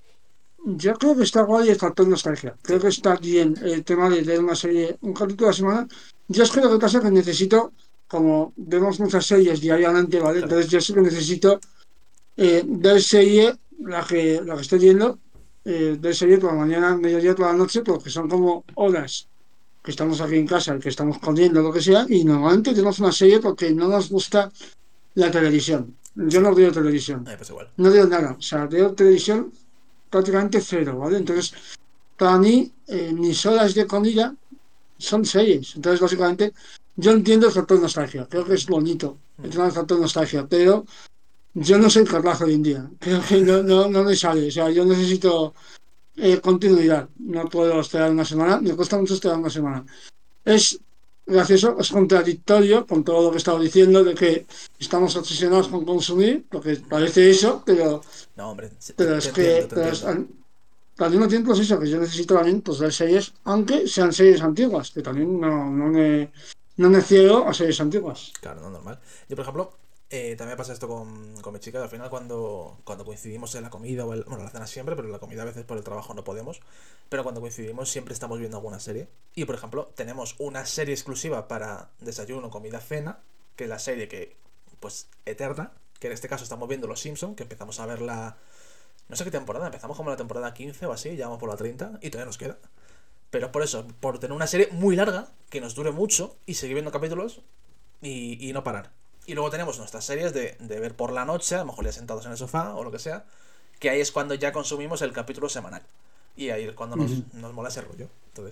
Yo creo que está guay el factor nostalgia. Creo Sí, que está bien el tema de ver una serie, un capítulo a la semana. Yo es que lo que pasa es que necesito, como vemos muchas series diariamente, ¿vale? claro. Entonces yo sí que necesito eh, ver serie, la que, la que estoy viendo, eh, ver serie por la mañana, mediodía, toda la noche, porque son como horas que estamos aquí en casa, que estamos comiendo, lo que sea, y normalmente tenemos una serie porque no nos gusta la televisión. Yo Sí, no veo televisión, eh, pues igual. no veo nada, o sea, veo televisión prácticamente cero, ¿vale? Entonces, para mí, eh, mis horas de comida son series. Entonces, básicamente, yo entiendo el factor nostalgia. Creo que es bonito el tema del factor nostalgia, pero yo no soy capaz hoy en día. Creo que no, no, no me sale. O sea, yo necesito eh, continuidad. No puedo esperar una semana. Me cuesta mucho esperar una semana. Es gracioso, es contradictorio con todo lo que he estado diciendo de que estamos obsesionados con consumir, porque parece eso, pero, No, hombre, te, pero te es entiendo, que te pero es- entiendo. al mismo tiempo es eso, que yo necesito también pues, ver series, aunque sean series antiguas, que también no, no me, no me ciego a series antiguas. Claro, no normal. Yo, por ejemplo, eh, también me pasa esto con, con mi chica, que al final cuando, cuando coincidimos en la comida, o el, bueno, la cena siempre, pero en la comida a veces por el trabajo no podemos, pero cuando coincidimos siempre estamos viendo alguna serie. Y, por ejemplo, tenemos una serie exclusiva para desayuno, comida, cena, que es la serie que, pues, eterna, que en este caso estamos viendo Los Simpsons, que empezamos a verla, no sé qué temporada, empezamos como la temporada quince o así, ya vamos por la treinta y todavía nos queda. Pero por eso, por tener una serie muy larga, que nos dure mucho y seguir viendo capítulos y, y no parar. Y luego tenemos nuestras series de, de ver por la noche, a lo mejor ya sentados en el sofá o lo que sea, que ahí es cuando ya consumimos el capítulo semanal. Y ahí es cuando nos, Ujú. nos mola ese rollo. Entonces,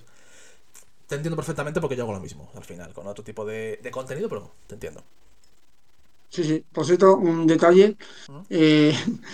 te entiendo perfectamente porque yo hago lo mismo al final, con otro tipo de, de contenido, pero te entiendo. Sí, sí. Por cierto, un detalle. ¿Mm? eh,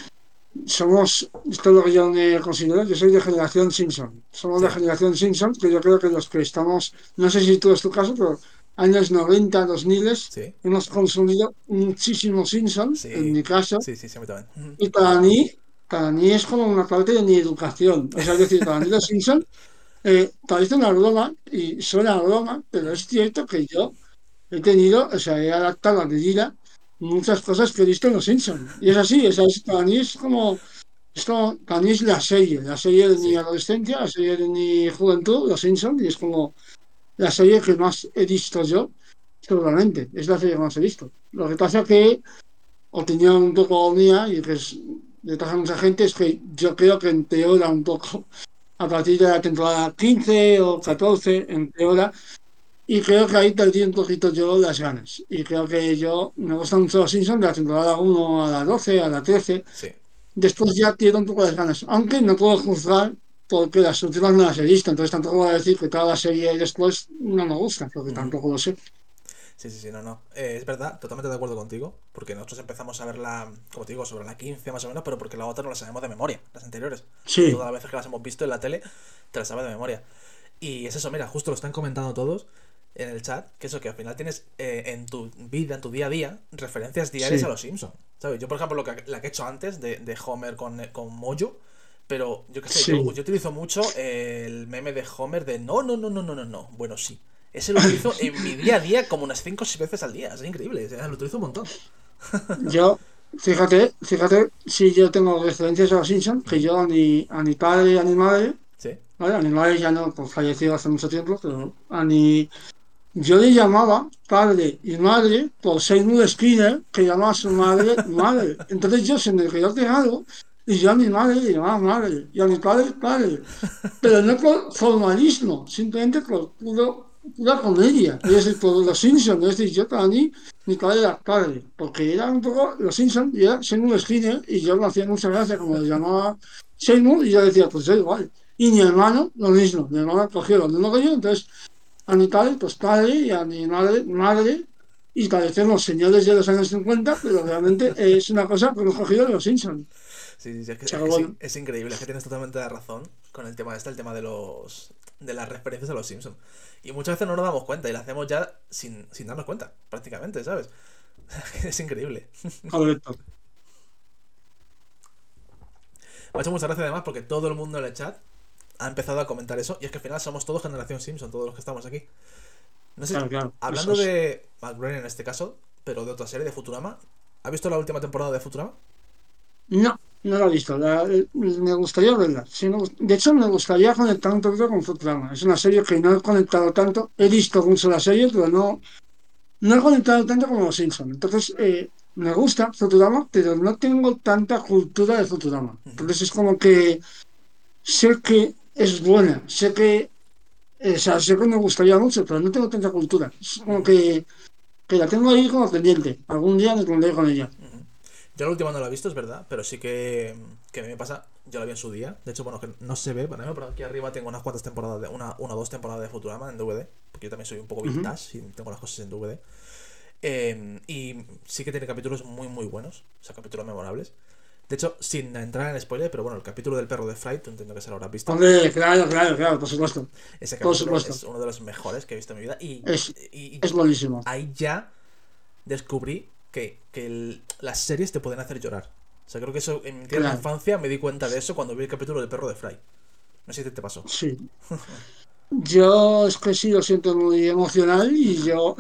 somos, esto es lo que yo me considero, yo soy de generación Simpson. Somos de Sí, generación Simpson, que yo creo que los que estamos, no sé si tú es tu caso, pero años noventa, dos mil, sí, hemos consumido muchísimo Simpson, en sí, mi caso. sí, sí, sí, a mí también. Ujú. Y para mí, para mí es como una parte de mi educación. O sea, es decir, para mí los Simpson eh, parece una broma y suena a broma, pero es cierto que yo he tenido, o sea, he adaptado a medida muchas cosas que he visto en los Simpson. Y es así, o sea, es- para mí es como, es como, para mí es la serie, la serie de mi Sí, adolescencia, la serie de mi juventud, los Simpson, y es como la serie que más he visto yo, seguramente, es la serie que más he visto. Lo que pasa que opinión un poco mía y que es de toda mucha gente es que yo creo que empeora un poco a partir de la temporada quince o sí, catorce, empeora y creo que ahí perdí un poquito yo las ganas y creo que yo me gusta mucho los Simpsons de la temporada uno a la doce a la trece, sí. después ya pierdo un poco las ganas, aunque no puedo juzgar porque las últimas no las he visto, entonces tampoco voy a decir que toda la serie después no me gusta, porque Ujú. tampoco lo sé. Sí, sí, sí, no, no. Eh, es verdad, totalmente de acuerdo contigo, porque nosotros empezamos a verla, como te digo, sobre la quince más o menos, pero porque la otra no la sabemos de memoria, las anteriores. Todas Sí, las veces que las hemos visto en la tele, te las sabes de memoria. Y es eso, mira, justo lo están comentando todos en el chat, que eso, que al final tienes eh, en tu vida, en tu día a día, referencias diarias a sí, los Simpsons. ¿Sabes? Yo, por ejemplo, lo que, la que he hecho antes de, de Homer con, con Mojo, pero yo qué sé, yo, sí. yo utilizo mucho el meme de Homer de no, no, no, no, no, no, no. Bueno, sí. Ese lo utilizo en mi día a día como unas cinco o seis veces al día. Es increíble, o sea, lo utilizo un montón. Yo, fíjate, fíjate, si yo tengo referencias a los Simpsons, que Ujú. yo a mi, a mi padre y a mi madre, Sí. ¿vale? A mi madre ya no, pues falleció hace mucho tiempo, Ujú. pero a mi, yo le llamaba padre y madre por Seymour Skinner, que llamaba a su madre madre. Entonces yo se me quedó pegado y yo a mi madre le llamaba madre y a mi padre padre, pero no por formalismo, simplemente por puro, pura comedia. Es decir, por los Simpsons. Es decir, yo para mí, mi padre era padre, porque era un poco los Simpsons y era Seymour Skinner, y yo me hacía mucha gracia como lo llamaba Seymour, y yo decía, pues yo igual. Y mi hermano, lo mismo. Mi hermano cogió lo mismo que yo, entonces a mi padre, pues padre, y a mi madre, madre, y parecemos señores de los años cincuenta, pero realmente es una cosa que hemos cogido de los Simpsons. Sí, sí, sí, es que, es, Pero que sí, bueno, es increíble, es que tienes totalmente la razón con el tema este, el tema de los de las referencias a los Simpsons. Y muchas veces no nos damos cuenta y lo hacemos ya sin, sin darnos cuenta, prácticamente, ¿sabes? Es increíble. correcto. Me ha hecho mucha gracia además porque todo el mundo en el chat ha empezado a comentar eso y es que al final somos todos generación Simpson, todos los que estamos aquí. No sé, Claro, claro. Eso hablando es. de McBrain en este caso, pero de otra serie, de Futurama, ¿ha visto la última temporada de Futurama? No, no la he visto. La- me gustaría verla. Sí, me gust- de hecho, me gustaría conectar un poquito con Futurama. Es una serie que no he conectado tanto. He Ujú, visto mucho la serie, pero no, no he conectado tanto como los Simpsons. Entonces, eh, me gusta Futurama, pero no tengo tanta cultura de Futurama. ujú, Entonces, es como que sé que es buena, sé que, eh, o sea, sé que me gustaría mucho, pero no tengo tanta cultura. Es como ujú, que, que la tengo ahí como pendiente. Algún día me pondré con ella. ujú. Yo la última no la he visto, es verdad, pero sí que, que a mí me pasa, yo la vi en su día. De hecho, bueno, que no se ve, para mí, pero aquí arriba tengo unas cuantas temporadas, de una, una o dos temporadas de Futurama en D V D, porque yo también soy un poco Ujú. vintage y tengo las cosas en D V D. Eh, y sí que tiene capítulos muy, muy buenos, o sea, capítulos memorables. De hecho, sin entrar en spoiler, pero bueno, el capítulo del perro de Fry, tú entiendo que se lo habrás visto. Hombre, claro, claro, claro, por supuesto. Ese Por capítulo supuesto. es uno de los mejores que he visto en mi vida. Y, Es, y- y es buenísimo. ahí ya descubrí que, que el- las series te pueden hacer llorar. O sea, creo que eso en mi tierna Claro, infancia me di cuenta de eso cuando vi el capítulo del perro de Fry. No sé si te pasó. sí. Yo es que sí lo siento muy emocional y yo,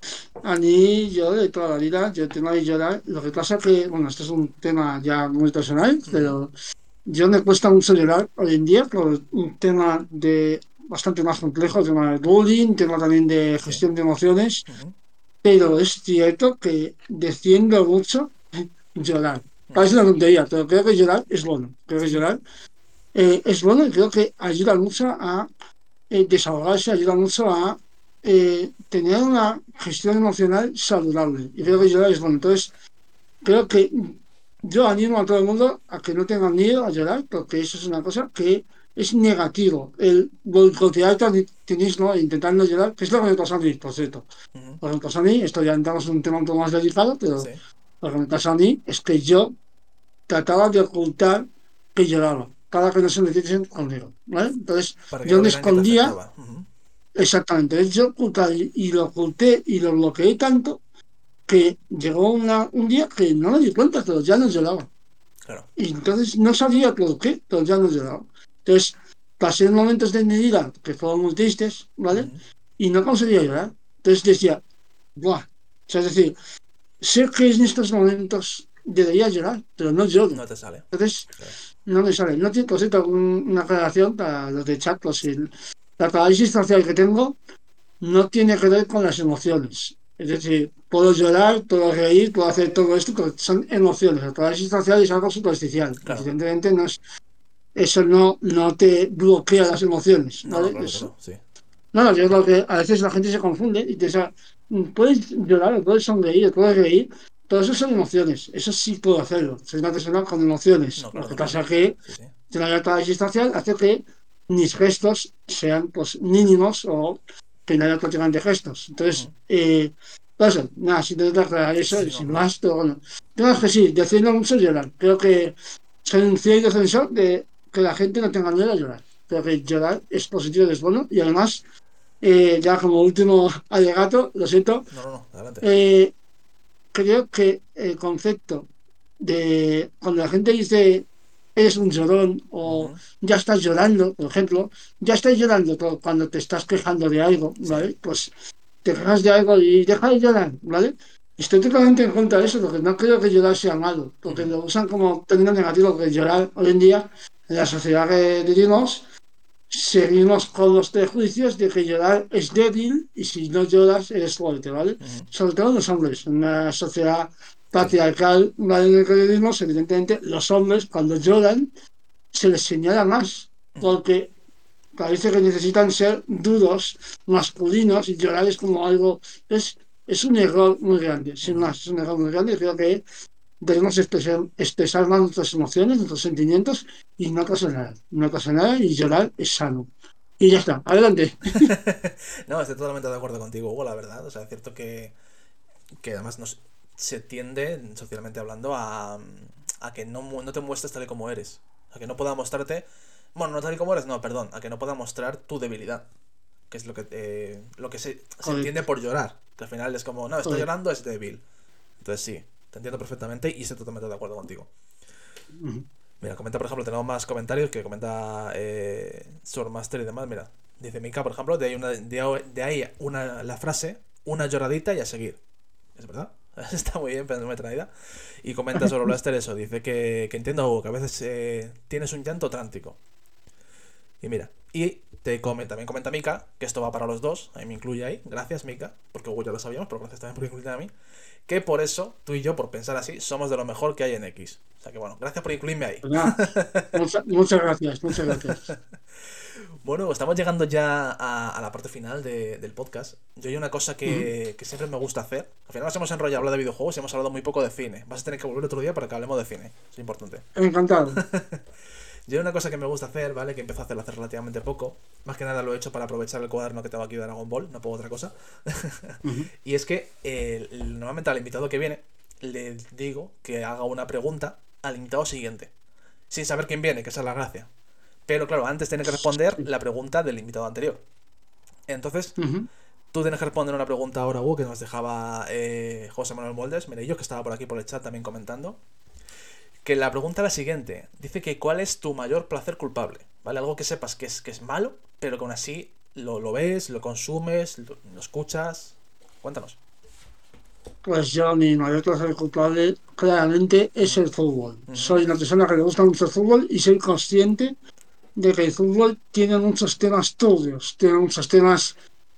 a mí, yo de toda la vida, yo tengo que llorar. Lo que pasa que, bueno, esto es un tema ya muy personal, Ujú, pero yo me cuesta mucho llorar hoy en día por un tema de bastante más complejo, tema de bullying, tema también de sí. gestión de emociones, Ujú, pero es cierto que defiendo mucho llorar. ujú. Parece una tontería, pero creo que llorar es bueno. Creo que Sí, llorar eh, es bueno y creo que ayuda mucho a eh, desahogarse, ayuda mucho a eh, tener una gestión emocional saludable. Y creo ujú, que llorar es bueno. Entonces, creo que yo animo a todo el mundo a que no tengan miedo a llorar, porque eso es una cosa que es negativo. El boicotearte a ti ti mismo e intentar no llorar, que es lo que me pasa a mí, por cierto. ujú. Lo que me pasa a mí, esto ya entramos en un tema un poco más delicado, pero Sí. lo que me pasa a mí es que yo trataba de ocultar que lloraba, para que no se metiesen conmigo, ¿vale? Entonces, Para que yo no me vieran que te escondía, afectaba. Ujú. exactamente, yo ocultaba y, y lo oculté y lo bloqueé tanto que llegó una, un día que no me di cuenta, pero ya no lloraba. Claro. Y entonces no sabía por qué, pero ya no lloraba. Entonces, pasé momentos de mi vida que fueron muy tristes, ¿vale? Ujú. Y no conseguía llorar. Entonces decía, ¡buah! O sea, es decir, sé que en estos momentos debería llorar, pero no lloro. No te sale. Entonces, Claro. no me sale. No tiene, por cierto, un- una aclaración para los de chat. Pues, el- la parálisis facial que tengo no tiene que ver con las emociones. Es decir, puedo llorar, puedo reír, puedo hacer todo esto, pero son emociones. La parálisis facial es algo superficial. Claro. Evidentemente, no es, eso no, no te bloquea las emociones, No, no, ¿vale? claro que Es, no. Sí. no, no, yo creo que a veces la gente se confunde y te dice, puedes llorar, o puedes sonreír, o puedes reír, todo eso son emociones. Eso sí puedo hacerlo. Soy una persona con emociones. No, Lo claro, que normal. pasa que Sí, sí. de la libertad existencial hace que mis gestos sean pues mínimos o que no haya prácticamente gestos. Entonces, Ujú. eh, pues eso, nada, sin intentar aclarar Sí, eso sí, y no, sin normal. más, pero bueno. Tengo que sí, defiendo mucho llorar. Creo que soy un fiel defensor de que la gente no tenga miedo a llorar. Creo que llorar es positivo y es bueno. Y además, eh, ya como último alegato, lo siento, No, no, no. Adelante. eh, creo que el concepto de cuando la gente dice eres un llorón o Ujú. ya estás llorando, por ejemplo, ya estás llorando todo cuando te estás quejando de algo, Sí. ¿vale? Pues te quejas de algo y deja de llorar, ¿vale? Estoy totalmente en contra de eso, porque no creo que llorar sea malo, porque Ujú. lo usan como término negativo, que llorar hoy en día, en la sociedad que vivimos, seguimos con los prejuicios de que llorar es débil y si no lloras eres fuerte, ¿vale? Ujú. Sobre todo los hombres. En una sociedad Sí. patriarcal, ¿vale? En la que vivimos, evidentemente, los hombres cuando lloran se les señala más, Ujú. porque parece que necesitan ser duros, masculinos, y llorar es como algo, es, es un error muy grande, sin Ujú. más, es un error muy grande y creo que debemos expresar, expresar más nuestras emociones, nuestros sentimientos y no pasa nada, no pasa nada y llorar es sano. Y ya está, adelante. No, estoy totalmente de acuerdo contigo, Hugo, la verdad. O sea, es cierto que, que además nos, se tiende, socialmente hablando, a, a que no, mu- no te muestres tal y como eres. A que no pueda mostrarte... Bueno, no tal y como eres, no, perdón. A que no pueda mostrar tu debilidad. Que es lo que, eh, lo que se, se entiende Correcto, por llorar. Que al final es como, no, está correcto. llorando, es débil. Entonces sí, te entiendo perfectamente y estoy totalmente de acuerdo contigo. Ujú. Mira, comenta, por ejemplo, tenemos más comentarios que comenta eh, Swordmaster y demás. Mira, dice Mika, por ejemplo, de ahí, una, de, de ahí una, la frase, una lloradita y a seguir. ¿Es verdad? Está muy bien, pero no me trae idea. Y comenta sobre Blaster eso, dice que, que entiendo, Hugo, que a veces eh, tienes un llanto trántico. Y mira, y te come, también comenta Mika, que esto va para los dos, ahí me incluye ahí, gracias Mika, porque Hugo ya lo sabíamos, pero gracias también por incluirme a mí, que por eso, tú y yo, por pensar así, somos de lo mejor que hay en X. O sea que bueno, gracias por incluirme ahí. Pues nada, mucha- muchas gracias, muchas gracias. Bueno, estamos llegando ya a, a la parte final de- del podcast. Yo hay una cosa Ujú. que, que siempre me gusta hacer. Al final nos hemos enrollado a hablar de videojuegos y hemos hablado muy poco de cine. Vas a tener que volver otro día para que hablemos de cine. Es importante. Encantado. Yo hay una cosa que me gusta hacer, ¿vale? Que empiezo a hacerlo hace relativamente poco. Más que nada lo he hecho para aprovechar el cuaderno que tengo aquí de Dragon Ball, no puedo otra cosa. Ujú. Y es que eh, el- normalmente al invitado que viene le digo que haga una pregunta al invitado siguiente. Sin saber quién viene, que esa es la gracia. Pero claro, antes tiene que responder Sí. la pregunta del invitado anterior. Entonces, Ujú. tú tienes que responder una pregunta ahora, Hugo, que nos dejaba eh, José Manuel Moldes, Menello, que estaba por aquí por el chat también comentando. Que la pregunta es la siguiente. Dice que ¿cuál es tu mayor placer culpable? ¿Vale? Algo que sepas que es, que es malo, pero que aún así lo, lo ves, lo consumes, lo, lo escuchas. Cuéntanos. Pues yo, mi mayor placer culpable claramente es Ujú, el fútbol. ujú. Soy una persona que le gusta mucho el fútbol y soy consciente de que el fútbol tiene muchos temas turbios, tiene muchos temas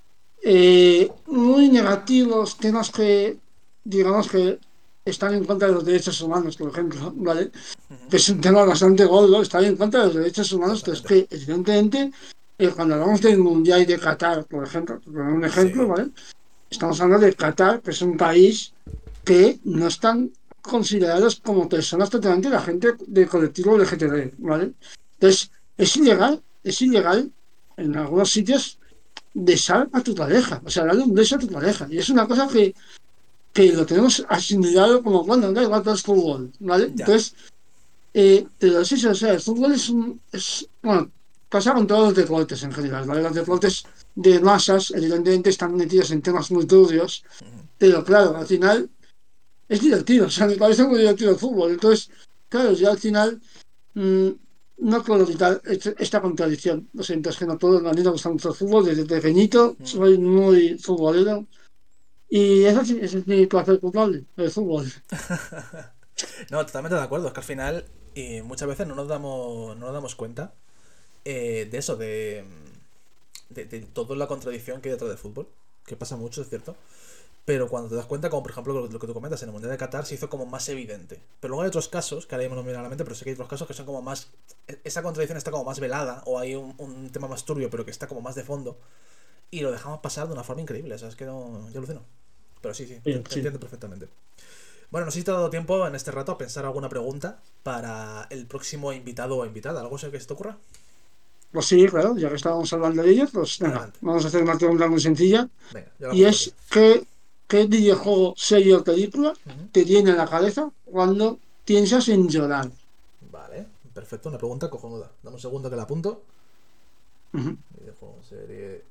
eh, muy negativos, temas que, digamos que están en contra de los derechos humanos, por ejemplo, ¿vale? Ujú. Que es un tema bastante gordo, están en contra de los derechos humanos, entonces Totalmente. que evidentemente eh, cuando hablamos del Mundial de Qatar, por ejemplo, por poner un ejemplo, Sí. ¿vale? Estamos hablando de Qatar, que es un país que no están considerados como personas totalmente la gente del colectivo L G T B, ¿vale? Entonces, es ilegal, es ilegal en algunos sitios besar a tu pareja, o sea, darle un beso a tu pareja. Y es una cosa que, que lo tenemos asimilado como, bueno, da igual, todo es fútbol, ¿vale? Ya. Entonces, eh, pero sí, sí, o sea, el fútbol es un, es, bueno, pasa con todos los deportes en general, ¿vale? Los deportes de masas, evidentemente, están metidos en temas muy turbios, Ujú. pero claro, al final es divertido, o sea, me parece muy divertido el fútbol. Entonces, claro, yo al final mm, no puedo evitar este- esta contradicción. Lo siento, es que no puedo, a mí me gusta mucho el fútbol, desde pequeñito Ujú. soy muy futbolero y eso sí, ese es mi placer culpable, el fútbol. No, totalmente de acuerdo. Es que al final eh, muchas veces no nos damos, no nos damos cuenta eh, de eso, de, de, de toda la contradicción que hay detrás del fútbol. Que pasa mucho, es cierto. Pero cuando te das cuenta, como por ejemplo lo, lo que tú comentas, en el Mundial de Qatar se hizo como más evidente. Pero luego hay otros casos, que ahora mismo no me viene a la mente, pero sí que hay otros casos que son como más... Esa contradicción está como más velada, o hay un, un tema más turbio, pero que está como más de fondo, y lo dejamos pasar de una forma increíble. O sea, es que no... Yo alucino. Pero sí, sí, te, Bien, te sí. entiendo perfectamente. Bueno, no sé si te ha dado tiempo en este rato a pensar alguna pregunta para el próximo invitado o invitada. ¿Algo sé que se te ocurra? Pues sí, claro, ya que estábamos hablando de ellos, pues venga, Adelante. vamos a hacer una pregunta muy sencilla Venga, yo la y apunto por aquí. es ¿qué, qué videojuego, serie o película Ujú. te viene a la cabeza cuando piensas en llorar? Vale, perfecto, una pregunta cojonuda. Dame un segundo que la apunto. Ujú. Videojuego, serie...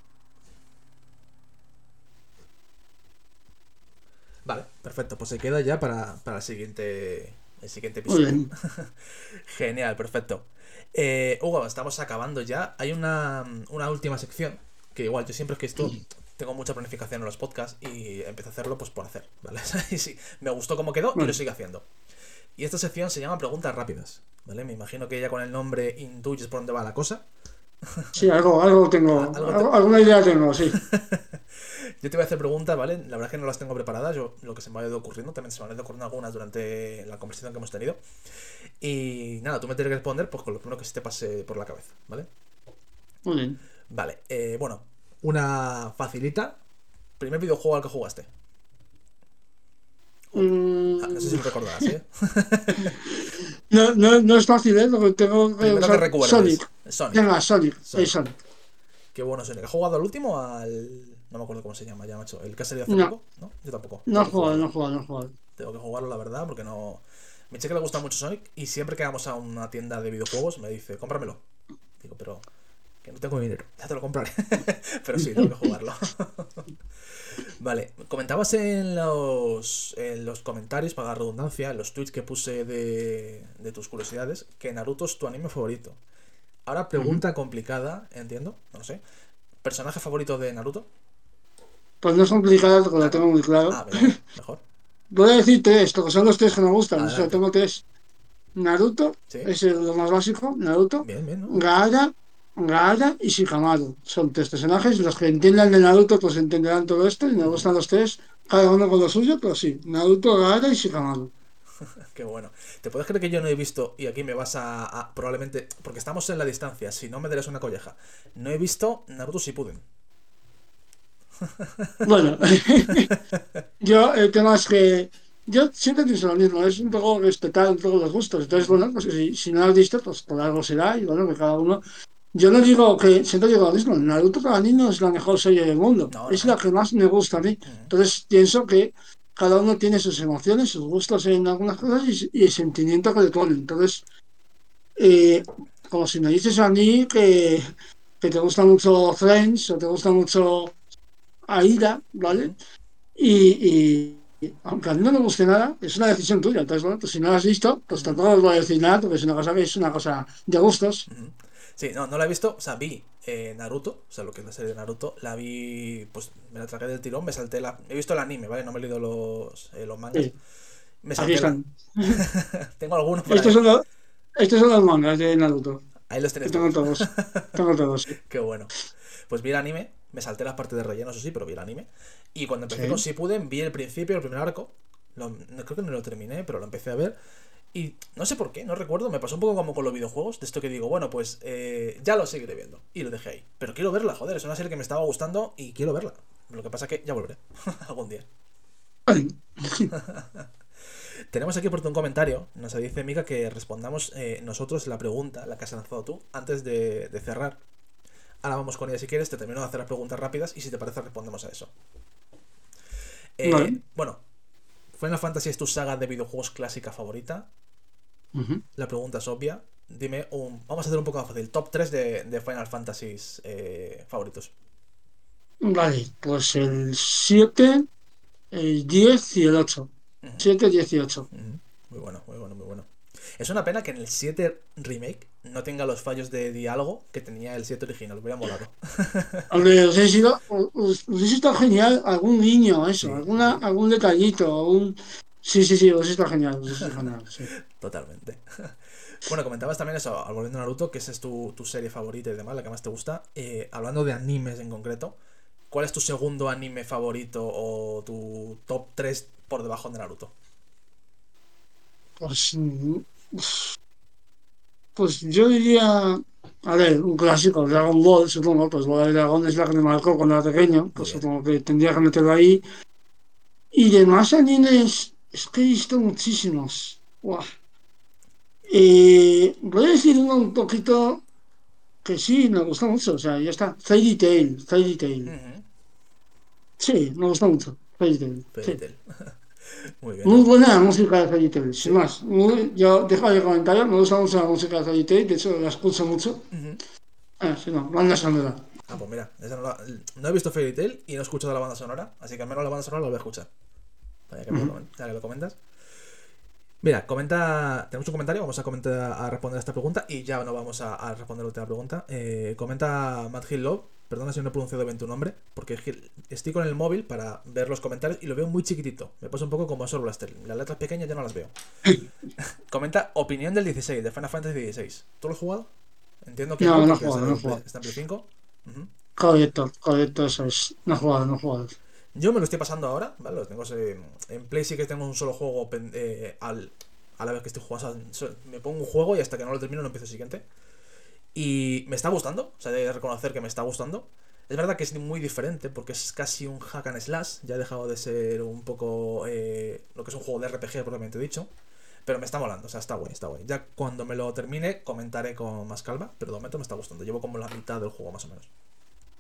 Vale, perfecto. Pues se queda ya para, para el siguiente el siguiente Muy episodio. bien. Genial, perfecto. Eh, Hugo, estamos acabando ya. Hay una, una última sección que igual yo siempre es que esto tengo mucha planificación en los podcasts y empiezo a hacerlo pues por hacer, ¿vale? Y sí, me gustó cómo quedó y lo Bueno, sigo haciendo. Y esta sección se llama Preguntas Rápidas, ¿vale? Me imagino que ya con el nombre intuyes por dónde va la cosa. sí, algo, algo A- tengo, Algo te... algo- alguna idea tengo, sí. Yo te voy a hacer preguntas, ¿vale? La verdad es que no las tengo preparadas, yo lo que se me ha ido ocurriendo, también se me han ido ocurriendo algunas durante la conversación que hemos tenido. Y nada, tú me tienes que responder pues con lo primero que se te pase por la cabeza, ¿vale? Muy bien. Vale, eh, bueno, una facilita. Primer videojuego al que jugaste. O- ah, no sé si Mm, lo recordarás, ¿eh? no, no, no es fácil, ¿eh? Porque tengo que Primero que usar Sonic. recuerdes. Sonic. Venga, Sonic, es Sonic. Sonic. Qué bueno Sonic. ¿Has jugado al último? Al... No me acuerdo cómo se llama ya, macho. ¿El que ha salido hace No, poco? ¿No? Yo tampoco. no he Tengo que jugado, no jugarlo. he jugado, no he jugado. Tengo que jugarlo, la verdad, porque no... Mi chica le gusta mucho Sonic y siempre que vamos a una tienda de videojuegos me dice, cómpramelo. Digo, pero que no tengo dinero, ya te lo compraré. Pero sí, tengo que jugarlo. Vale, comentabas en los, en los comentarios, para la redundancia, en los tweets que puse de, de tus curiosidades, que Naruto es tu anime favorito. Ahora, Ujú. pregunta complicada, entiendo, no lo sé. ¿Personaje favorito de Naruto? Pues no es complicado porque Ah, lo ¿no? tengo muy claro. Ah, mira, mejor. Voy a decir tres, porque son los tres que me gustan. O sea, Adelante. tengo tres. Naruto, ¿Sí? es el- lo más básico. Naruto, Bien, bien, ¿no? Gaara, Gaara y Shikamaru. Son tres personajes. Los que entiendan de Naruto, pues entenderán todo esto. Y me Ujú. gustan los tres, cada uno con lo suyo, pero sí. Naruto, Gaara y Shikamaru. Qué bueno. ¿Te puedes creer que yo no he visto, y aquí me vas a, a- probablemente, porque estamos en la distancia, si no me darías una colleja, no he visto Naruto Shippuden. Bueno, yo el tema es que yo siempre pienso lo mismo, es un poco respetar un poco los gustos. Entonces, Ujú. bueno, pues si, si no lo has visto, pues por algo será, y bueno, que cada uno. Yo no digo que, siempre digo lo mismo, Naruto para mí no es la mejor serie del mundo, No, no, es la no. que más me gusta a mí. Ujú. Entonces pienso que cada uno tiene sus emociones, sus gustos en algunas cosas y, y el sentimiento que le pone. Entonces, eh, como si me dices a mí que, que te gusta mucho Friends o te gusta mucho Aida, ¿vale? Ujú. Y, y aunque a mí no me guste nada, es una decisión tuya. Entonces, bueno, pues si no lo has visto, pues Ujú. tampoco os voy a decir nada, porque es una cosa que es una cosa de gustos. Ujú. Sí, no, no la he visto, o sea, vi eh, Naruto, o sea, lo que es la serie de Naruto, la vi, pues me la tragué del tirón, me salté la... He visto el anime, ¿vale? No me he leído los, eh, los mangas. Sí, Me aquí salté la... están. Tengo algunos por Estos ahí. son los, estos son los mangas de Naruto. Ahí los Que tenéis tengo todos. todos. Tengo todos, sí. Qué bueno. Pues vi el anime, me salté las partes de relleno, eso sí, pero vi el anime. Y cuando empecé con Sí. Shippuden, vi el principio, el primer arco. Lo- no, creo que no lo terminé, pero lo empecé a ver. Y no sé por qué, no recuerdo, me pasó un poco como con los videojuegos, de esto que digo, bueno, pues eh, ya lo seguiré viendo. Y lo dejé ahí. Pero quiero verla, joder, es una serie que me estaba gustando y quiero verla. Lo que pasa que ya volveré, algún día. Ay, Tenemos aquí por tu un comentario, nos dice Mika que respondamos eh, nosotros la pregunta, la que has lanzado tú, antes de, de cerrar. Ahora vamos con ella si quieres, te termino de hacer las preguntas rápidas y si te parece respondemos a eso. Eh, vale. bueno, ¿Final Fantasy es tu saga de videojuegos clásica favorita? Ujú. La pregunta es obvia. Dime un... Vamos a hacer un poco más fácil. Top tres de, de Final Fantasy eh, favoritos. Vale, pues el siete, el diez y el ocho. Ujú, Siete, diez y ocho. ujú. Muy bueno, muy bueno, muy bueno. Es una pena que en el siete Remake no tenga los fallos de diálogo que tenía el siete original. Hubiera molado. Hombre, os he sido, os, os he sido genial algún guiño, eso, Sí, sí, alguna, sí. algún detallito, algún... Sí, sí, sí, os he sido genial, os he sido genial, sí. Totalmente. Bueno, comentabas también eso, al volviendo a Naruto, que esa es tu, tu serie favorita y demás, la que más te gusta. Eh, hablando de animes en concreto, ¿cuál es tu segundo anime favorito o tu top tres por debajo de Naruto? Pues, mm, pues yo diría, a ver, un clásico, Dragon Ball, supongo, pues Bola de Dragón es la que me marcó cuando era pequeño, Muy pues bien. supongo que tendría que meterlo ahí. Y demás animes, es que he visto muchísimos. Buah. Eh, voy a decir uno un poquito que sí, me gusta mucho, o sea, ya está, Fairy Tail, Fairy Tail. Ujú. Sí, me gusta mucho, Fairy Tail, Fairy sí. Tail. Muy bien, Muy ¿no? buena la música de Fairy Tail, sin Sí. más. Muy- yo dejo de comentario, me gusta mucho la música de Fairy Tail, de hecho la escucho mucho. Ujú. Ah, sí, no, banda sonora. Ah, pues mira, esa no, la- no he visto Fairy Tail y no he escuchado la banda sonora, así que al menos la banda sonora la voy a escuchar. Ya que me lo, Ujú. comen- ya que lo comentas. Mira, comenta. Tenemos un comentario, vamos a comentar a responder a esta pregunta y ya no vamos a, a responder la última pregunta. Eh, comenta Matt Hill Love, perdona si no he pronunciado bien tu nombre, porque Gil- estoy con el móvil para ver los comentarios y lo veo muy chiquitito. Me pasa un poco como a Soul Blaster. Las letras pequeñas ya no las veo. Comenta opinión del dieciséis, de Final Fantasy dieciséis. ¿Tú lo has jugado? Entiendo que no, No, no he porque es jugado, no he el Play- jugado. está en Play cinco. Ujú. Correcto, correcto, eso es. No he jugado, no he jugado. Yo me lo estoy pasando ahora, ¿vale? Lo tengo en, en Play sí que tengo un solo juego pen- eh, al, a la vez que estoy jugando. O sea, so- me pongo un juego y hasta que no lo termino no empiezo el siguiente. Y me está gustando, o sea, he de reconocer que me está gustando. Es verdad que es muy diferente porque es casi un hack and slash, ya ha dejado de ser un poco eh, lo que es un juego de R P G propiamente dicho. Pero me está molando, o sea, está guay, está guay. Ya cuando me lo termine comentaré con más calma, pero de momento me está gustando. Llevo como la mitad del juego más o menos.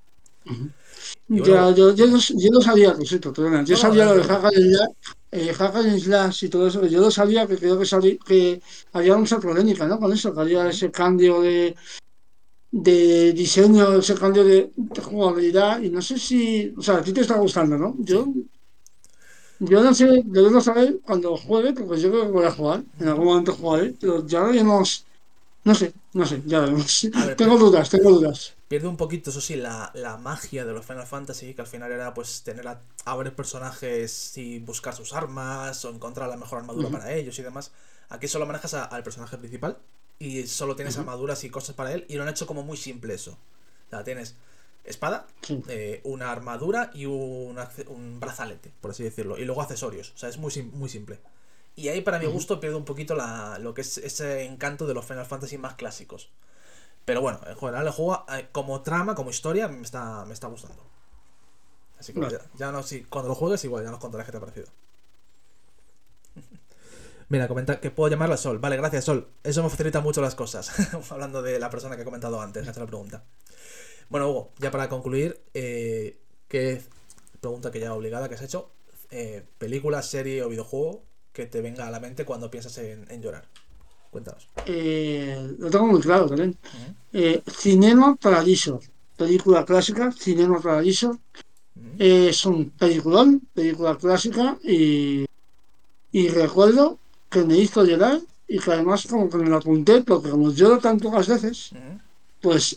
Ujú. Y bueno, Ya, yo, yo, no, yo no sabía, por cierto, perdona, yo no, no, sabía lo adelante, de adelante. Hack and Slash, eh, Hack and Slash y todo eso, que yo lo sabía, que creo que, sabí- que había mucha polémica, ¿no? Con eso, que había Ujú. ese cambio de, de diseño, ese cambio de, de jugabilidad, y no sé si, o sea, a ti te está gustando, ¿no? Yo, Sí. yo no sé, debemos saber cuando juegue, porque yo creo que voy a jugar, en Ujú. algún momento jugaré, pero ya veremos, no sé, no sé, ya veremos. A ver, Tengo pe- dudas, tengo dudas. pierde un poquito, eso sí, la, la magia de los Final Fantasy, que al final era pues tener a, a varios personajes y buscar sus armas o encontrar la mejor armadura Ujú, para ellos y demás. Aquí solo manejas a- al personaje principal y solo tienes ujú, armaduras y cosas para él y lo han hecho como muy simple eso. O sea, tienes espada, sí, eh, una armadura y un, acce- un brazalete, por así decirlo, y luego accesorios. O sea, es muy, sim- muy simple. Y ahí para mi ujú. gusto pierde un poquito la, lo que es ese encanto de los Final Fantasy más clásicos. Pero bueno, en general el juego, eh, como trama, como historia, me está, me está gustando. Así que bueno, Vale. ya, ya no, si cuando lo juegues, igual ya nos contarás qué te ha parecido. Mira, comenta que puedo llamarla Sol. Vale, gracias, Sol. Eso me facilita mucho las cosas. Hablando de la persona que he comentado antes, que ha hecho la pregunta. Bueno, Hugo, ya para concluir, eh, ¿qué pregunta que ya obligada que has hecho? Eh, ¿Película, serie o videojuego que te venga a la mente cuando piensas en, en llorar? Cuéntanos. Eh, lo tengo muy claro también. Ujú, Eh, Cinema Paradiso, película clásica, Cinema Paradiso. ujú, Eh, es un peliculón, película clásica y, y recuerdo que me hizo llorar y que además como que me lo apunté porque como lloro tan pocas veces, ujú. pues,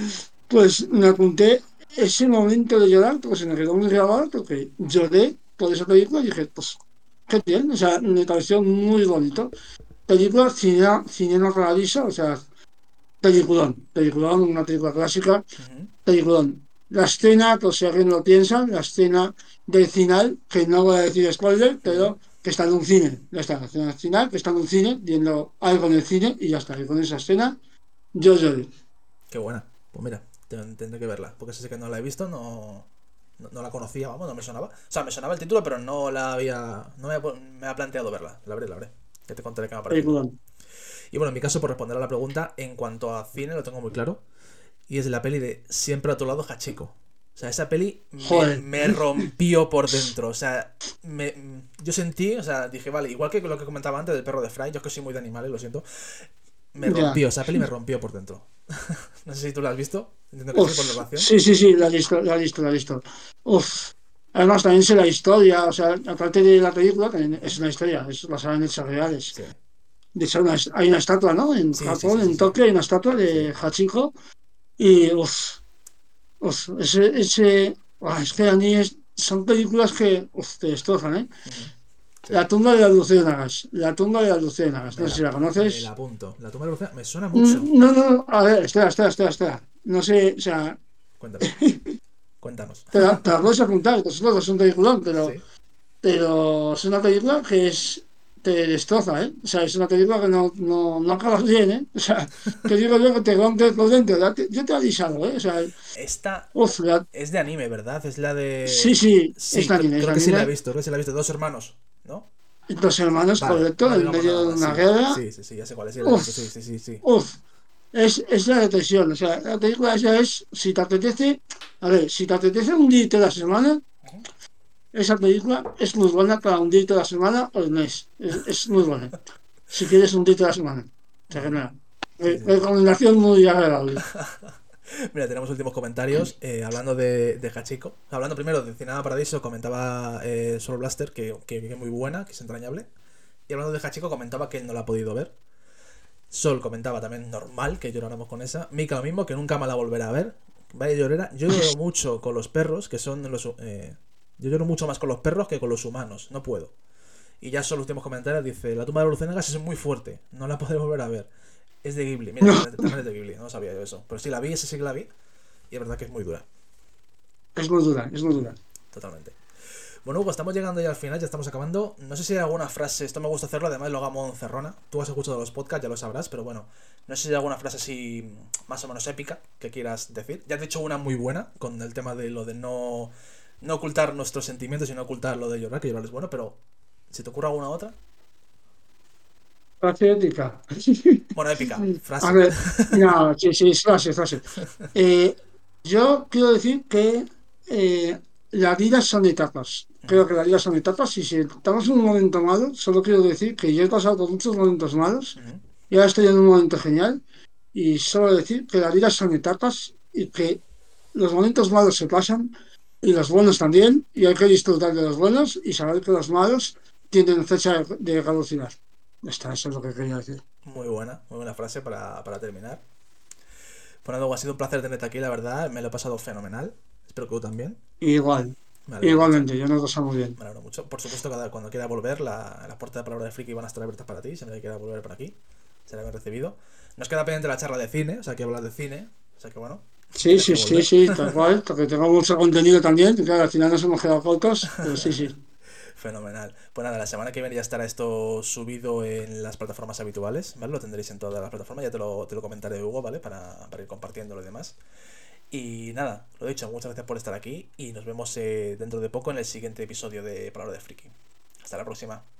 pues me apunté ese momento de llorar porque se me quedó muy grabado porque lloré por esa película y dije, pues qué bien, o sea, me pareció muy bonito. Película Cinema, Cinema Paradiso, o sea, peliculón, peliculón, una película clásica, Ujú. peliculón. La escena, por si alguien lo piensa, la escena del final, que no voy a decir spoiler, Sí, sí. pero que está en un cine. Ya está, la escena del final, que está en un cine, viendo algo en el cine, y ya está. Y con esa escena, yo lloré. Qué buena. Pues mira, tendré que verla. Porque sé que no la he visto, no, no, no la conocía, vamos, no me sonaba. O sea, me sonaba el título, pero no la había. No me, ha- me ha planteado verla. La veré, la veré. Ya te contaré qué me ha parecido. Peliculón. Y bueno, en mi caso, por responder a la pregunta, en cuanto a cine, lo tengo muy claro. Y es la peli de Siempre a tu lado, Hachiko. O sea, esa peli me, Joder. me rompió por dentro. O sea, me, yo sentí, o sea, dije, vale, igual que lo que comentaba antes del perro de Fry, yo es que soy muy de animales, lo siento. Me Ya. rompió, esa peli me rompió por dentro. No sé si tú la has visto. Entiendo que sí, por la Uf. relación. Sí, sí, sí, la he visto, la he visto, la he visto. Uf. Además, también sé la historia, o sea, aparte de la película, también es Ujú. una historia, es basada en hechos reales. Sí. De hecho, una- hay una estatua, ¿no? En Sí, sí, Japón, sí, sí, en sí. Tokio, hay una estatua Sí. de Hachiko. Y, uf, uf, ese, ese, ah, es que a mí es- son películas que, uf, te destrozan, ¿eh? Ujú. Sí. La tumba de las luciérnagas, La tumba de las luciérnagas, Me no sé si la, la me la conoces. apunto. La tumba de la velocidad me suena mucho. Mm, no, no, a ver, espera, espera, espera, espera. No sé, o sea, Cuéntame. Cuéntanos. te la, te la puedes apuntar, pues luego es un peliculón, pero, Sí. pero es una película que es, te destroza, ¿eh? O sea, es una película que no, no, no acabas bien, ¿eh? O sea, que digo yo que te rompe por dentro. Ya te- Yo te he avisado, ¿eh? O sea, Esta uf, la- es de anime, ¿verdad? Es la sí, de. sí, es Sí, de cre- anime, es creo de que sí la he anime. visto. Creo que sí la he visto. Dos hermanos, ¿no? Dos hermanos, Vale, correcto, no en digamos medio nada de más, una sí. guerra. Sí, sí, sí, ya sé cuál es. Sí, la he visto. Sí, Uf, sí, sí, sí. uf. Es, es la depresión. O sea, la película esa es, si te apetece, a ver, si te apetece hundirte la semana, esa película es muy buena para hundirte la semana o el mes. Es, es muy buena. Si quieres hundirte la semana. O sea que Ujú. nada. Sí, Re- sí, sí. Recomendación muy agradable. Mira, tenemos últimos comentarios. Eh, hablando de, de Hachiko. Hablando primero de Cinema Paradiso, comentaba eh, Soul Blaster que, que, que es muy buena, que es entrañable. Y hablando de Hachiko, comentaba que él no la ha podido ver. Sol comentaba también normal que lloráramos con esa. Mika lo mismo, que nunca me la volverá a ver. Vaya llorera. Yo lloro mucho con los perros, que son los. Eh, yo lloro mucho más con los perros que con los humanos. No puedo. Y ya son los últimos comentarios. Dice: La tumba de los Luciérnagas es muy fuerte. No la podré volver a ver. Es de Ghibli. Mira, No, también, también es de Ghibli. No sabía yo eso. Pero sí la vi, esa sí que la vi. Y es verdad que es muy dura. es muy dura, es muy dura. Totalmente. Bueno, Hugo, estamos llegando ya al final, ya estamos acabando. No sé si hay alguna frase, esto me gusta hacerlo, además lo hagamos en cerrona. Tú has escuchado los podcasts, ya lo sabrás, pero bueno, no sé si hay alguna frase así más o menos épica que quieras decir. Ya has dicho una muy buena con el tema de lo de no, no ocultar nuestros sentimientos y no ocultar lo de llorar, que llorar es bueno, pero si te ocurre alguna otra. Patriótica. Bueno, épica, A frase. ver, no, sí, sí, es frase, frase. Eh, Yo quiero decir que eh, la vida son etapas. Ujú, Creo que la vida son etapas y si estamos en un momento malo, solo quiero decir que yo he pasado por muchos momentos malos ujú. y ahora estoy en un momento genial y solo decir que la vida son etapas y que los momentos malos se pasan y los buenos también y hay que disfrutar de los buenos y saber que los malos tienen fecha de de caducidad. Ya está, eso es lo que quería decir. Muy buena, muy buena frase para, para terminar. Bueno, luego ha sido un placer tenerte aquí, la verdad, me lo he pasado fenomenal. Espero que tú también. Igual, Me alegro mucho. igualmente, ya nos pasamos bien. Me alegro mucho. Por supuesto, cada, cuando quiera volver, la, las puertas de Palabra de Friki van a estar abiertas para ti. Siempre que quiera volver por aquí, será bien recibido. Nos queda pendiente la charla de cine, o sea, que hablar de cine. O sea, que bueno, Sí, tienes sí, que sí, volver. sí, tal cual, porque tengo mucho contenido también, que claro, al final nos hemos quedado cortos, pero sí, sí. Fenomenal. Pues nada, la semana que viene ya estará esto subido en las plataformas habituales, ¿vale? Lo tendréis en todas las plataformas, ya te lo, te lo comentaré, Hugo, ¿vale? Para, para ir compartiéndolo y demás. Y nada, lo dicho, muchas gracias por estar aquí y nos vemos eh, dentro de poco en el siguiente episodio de Palabra de Friki. Hasta la próxima.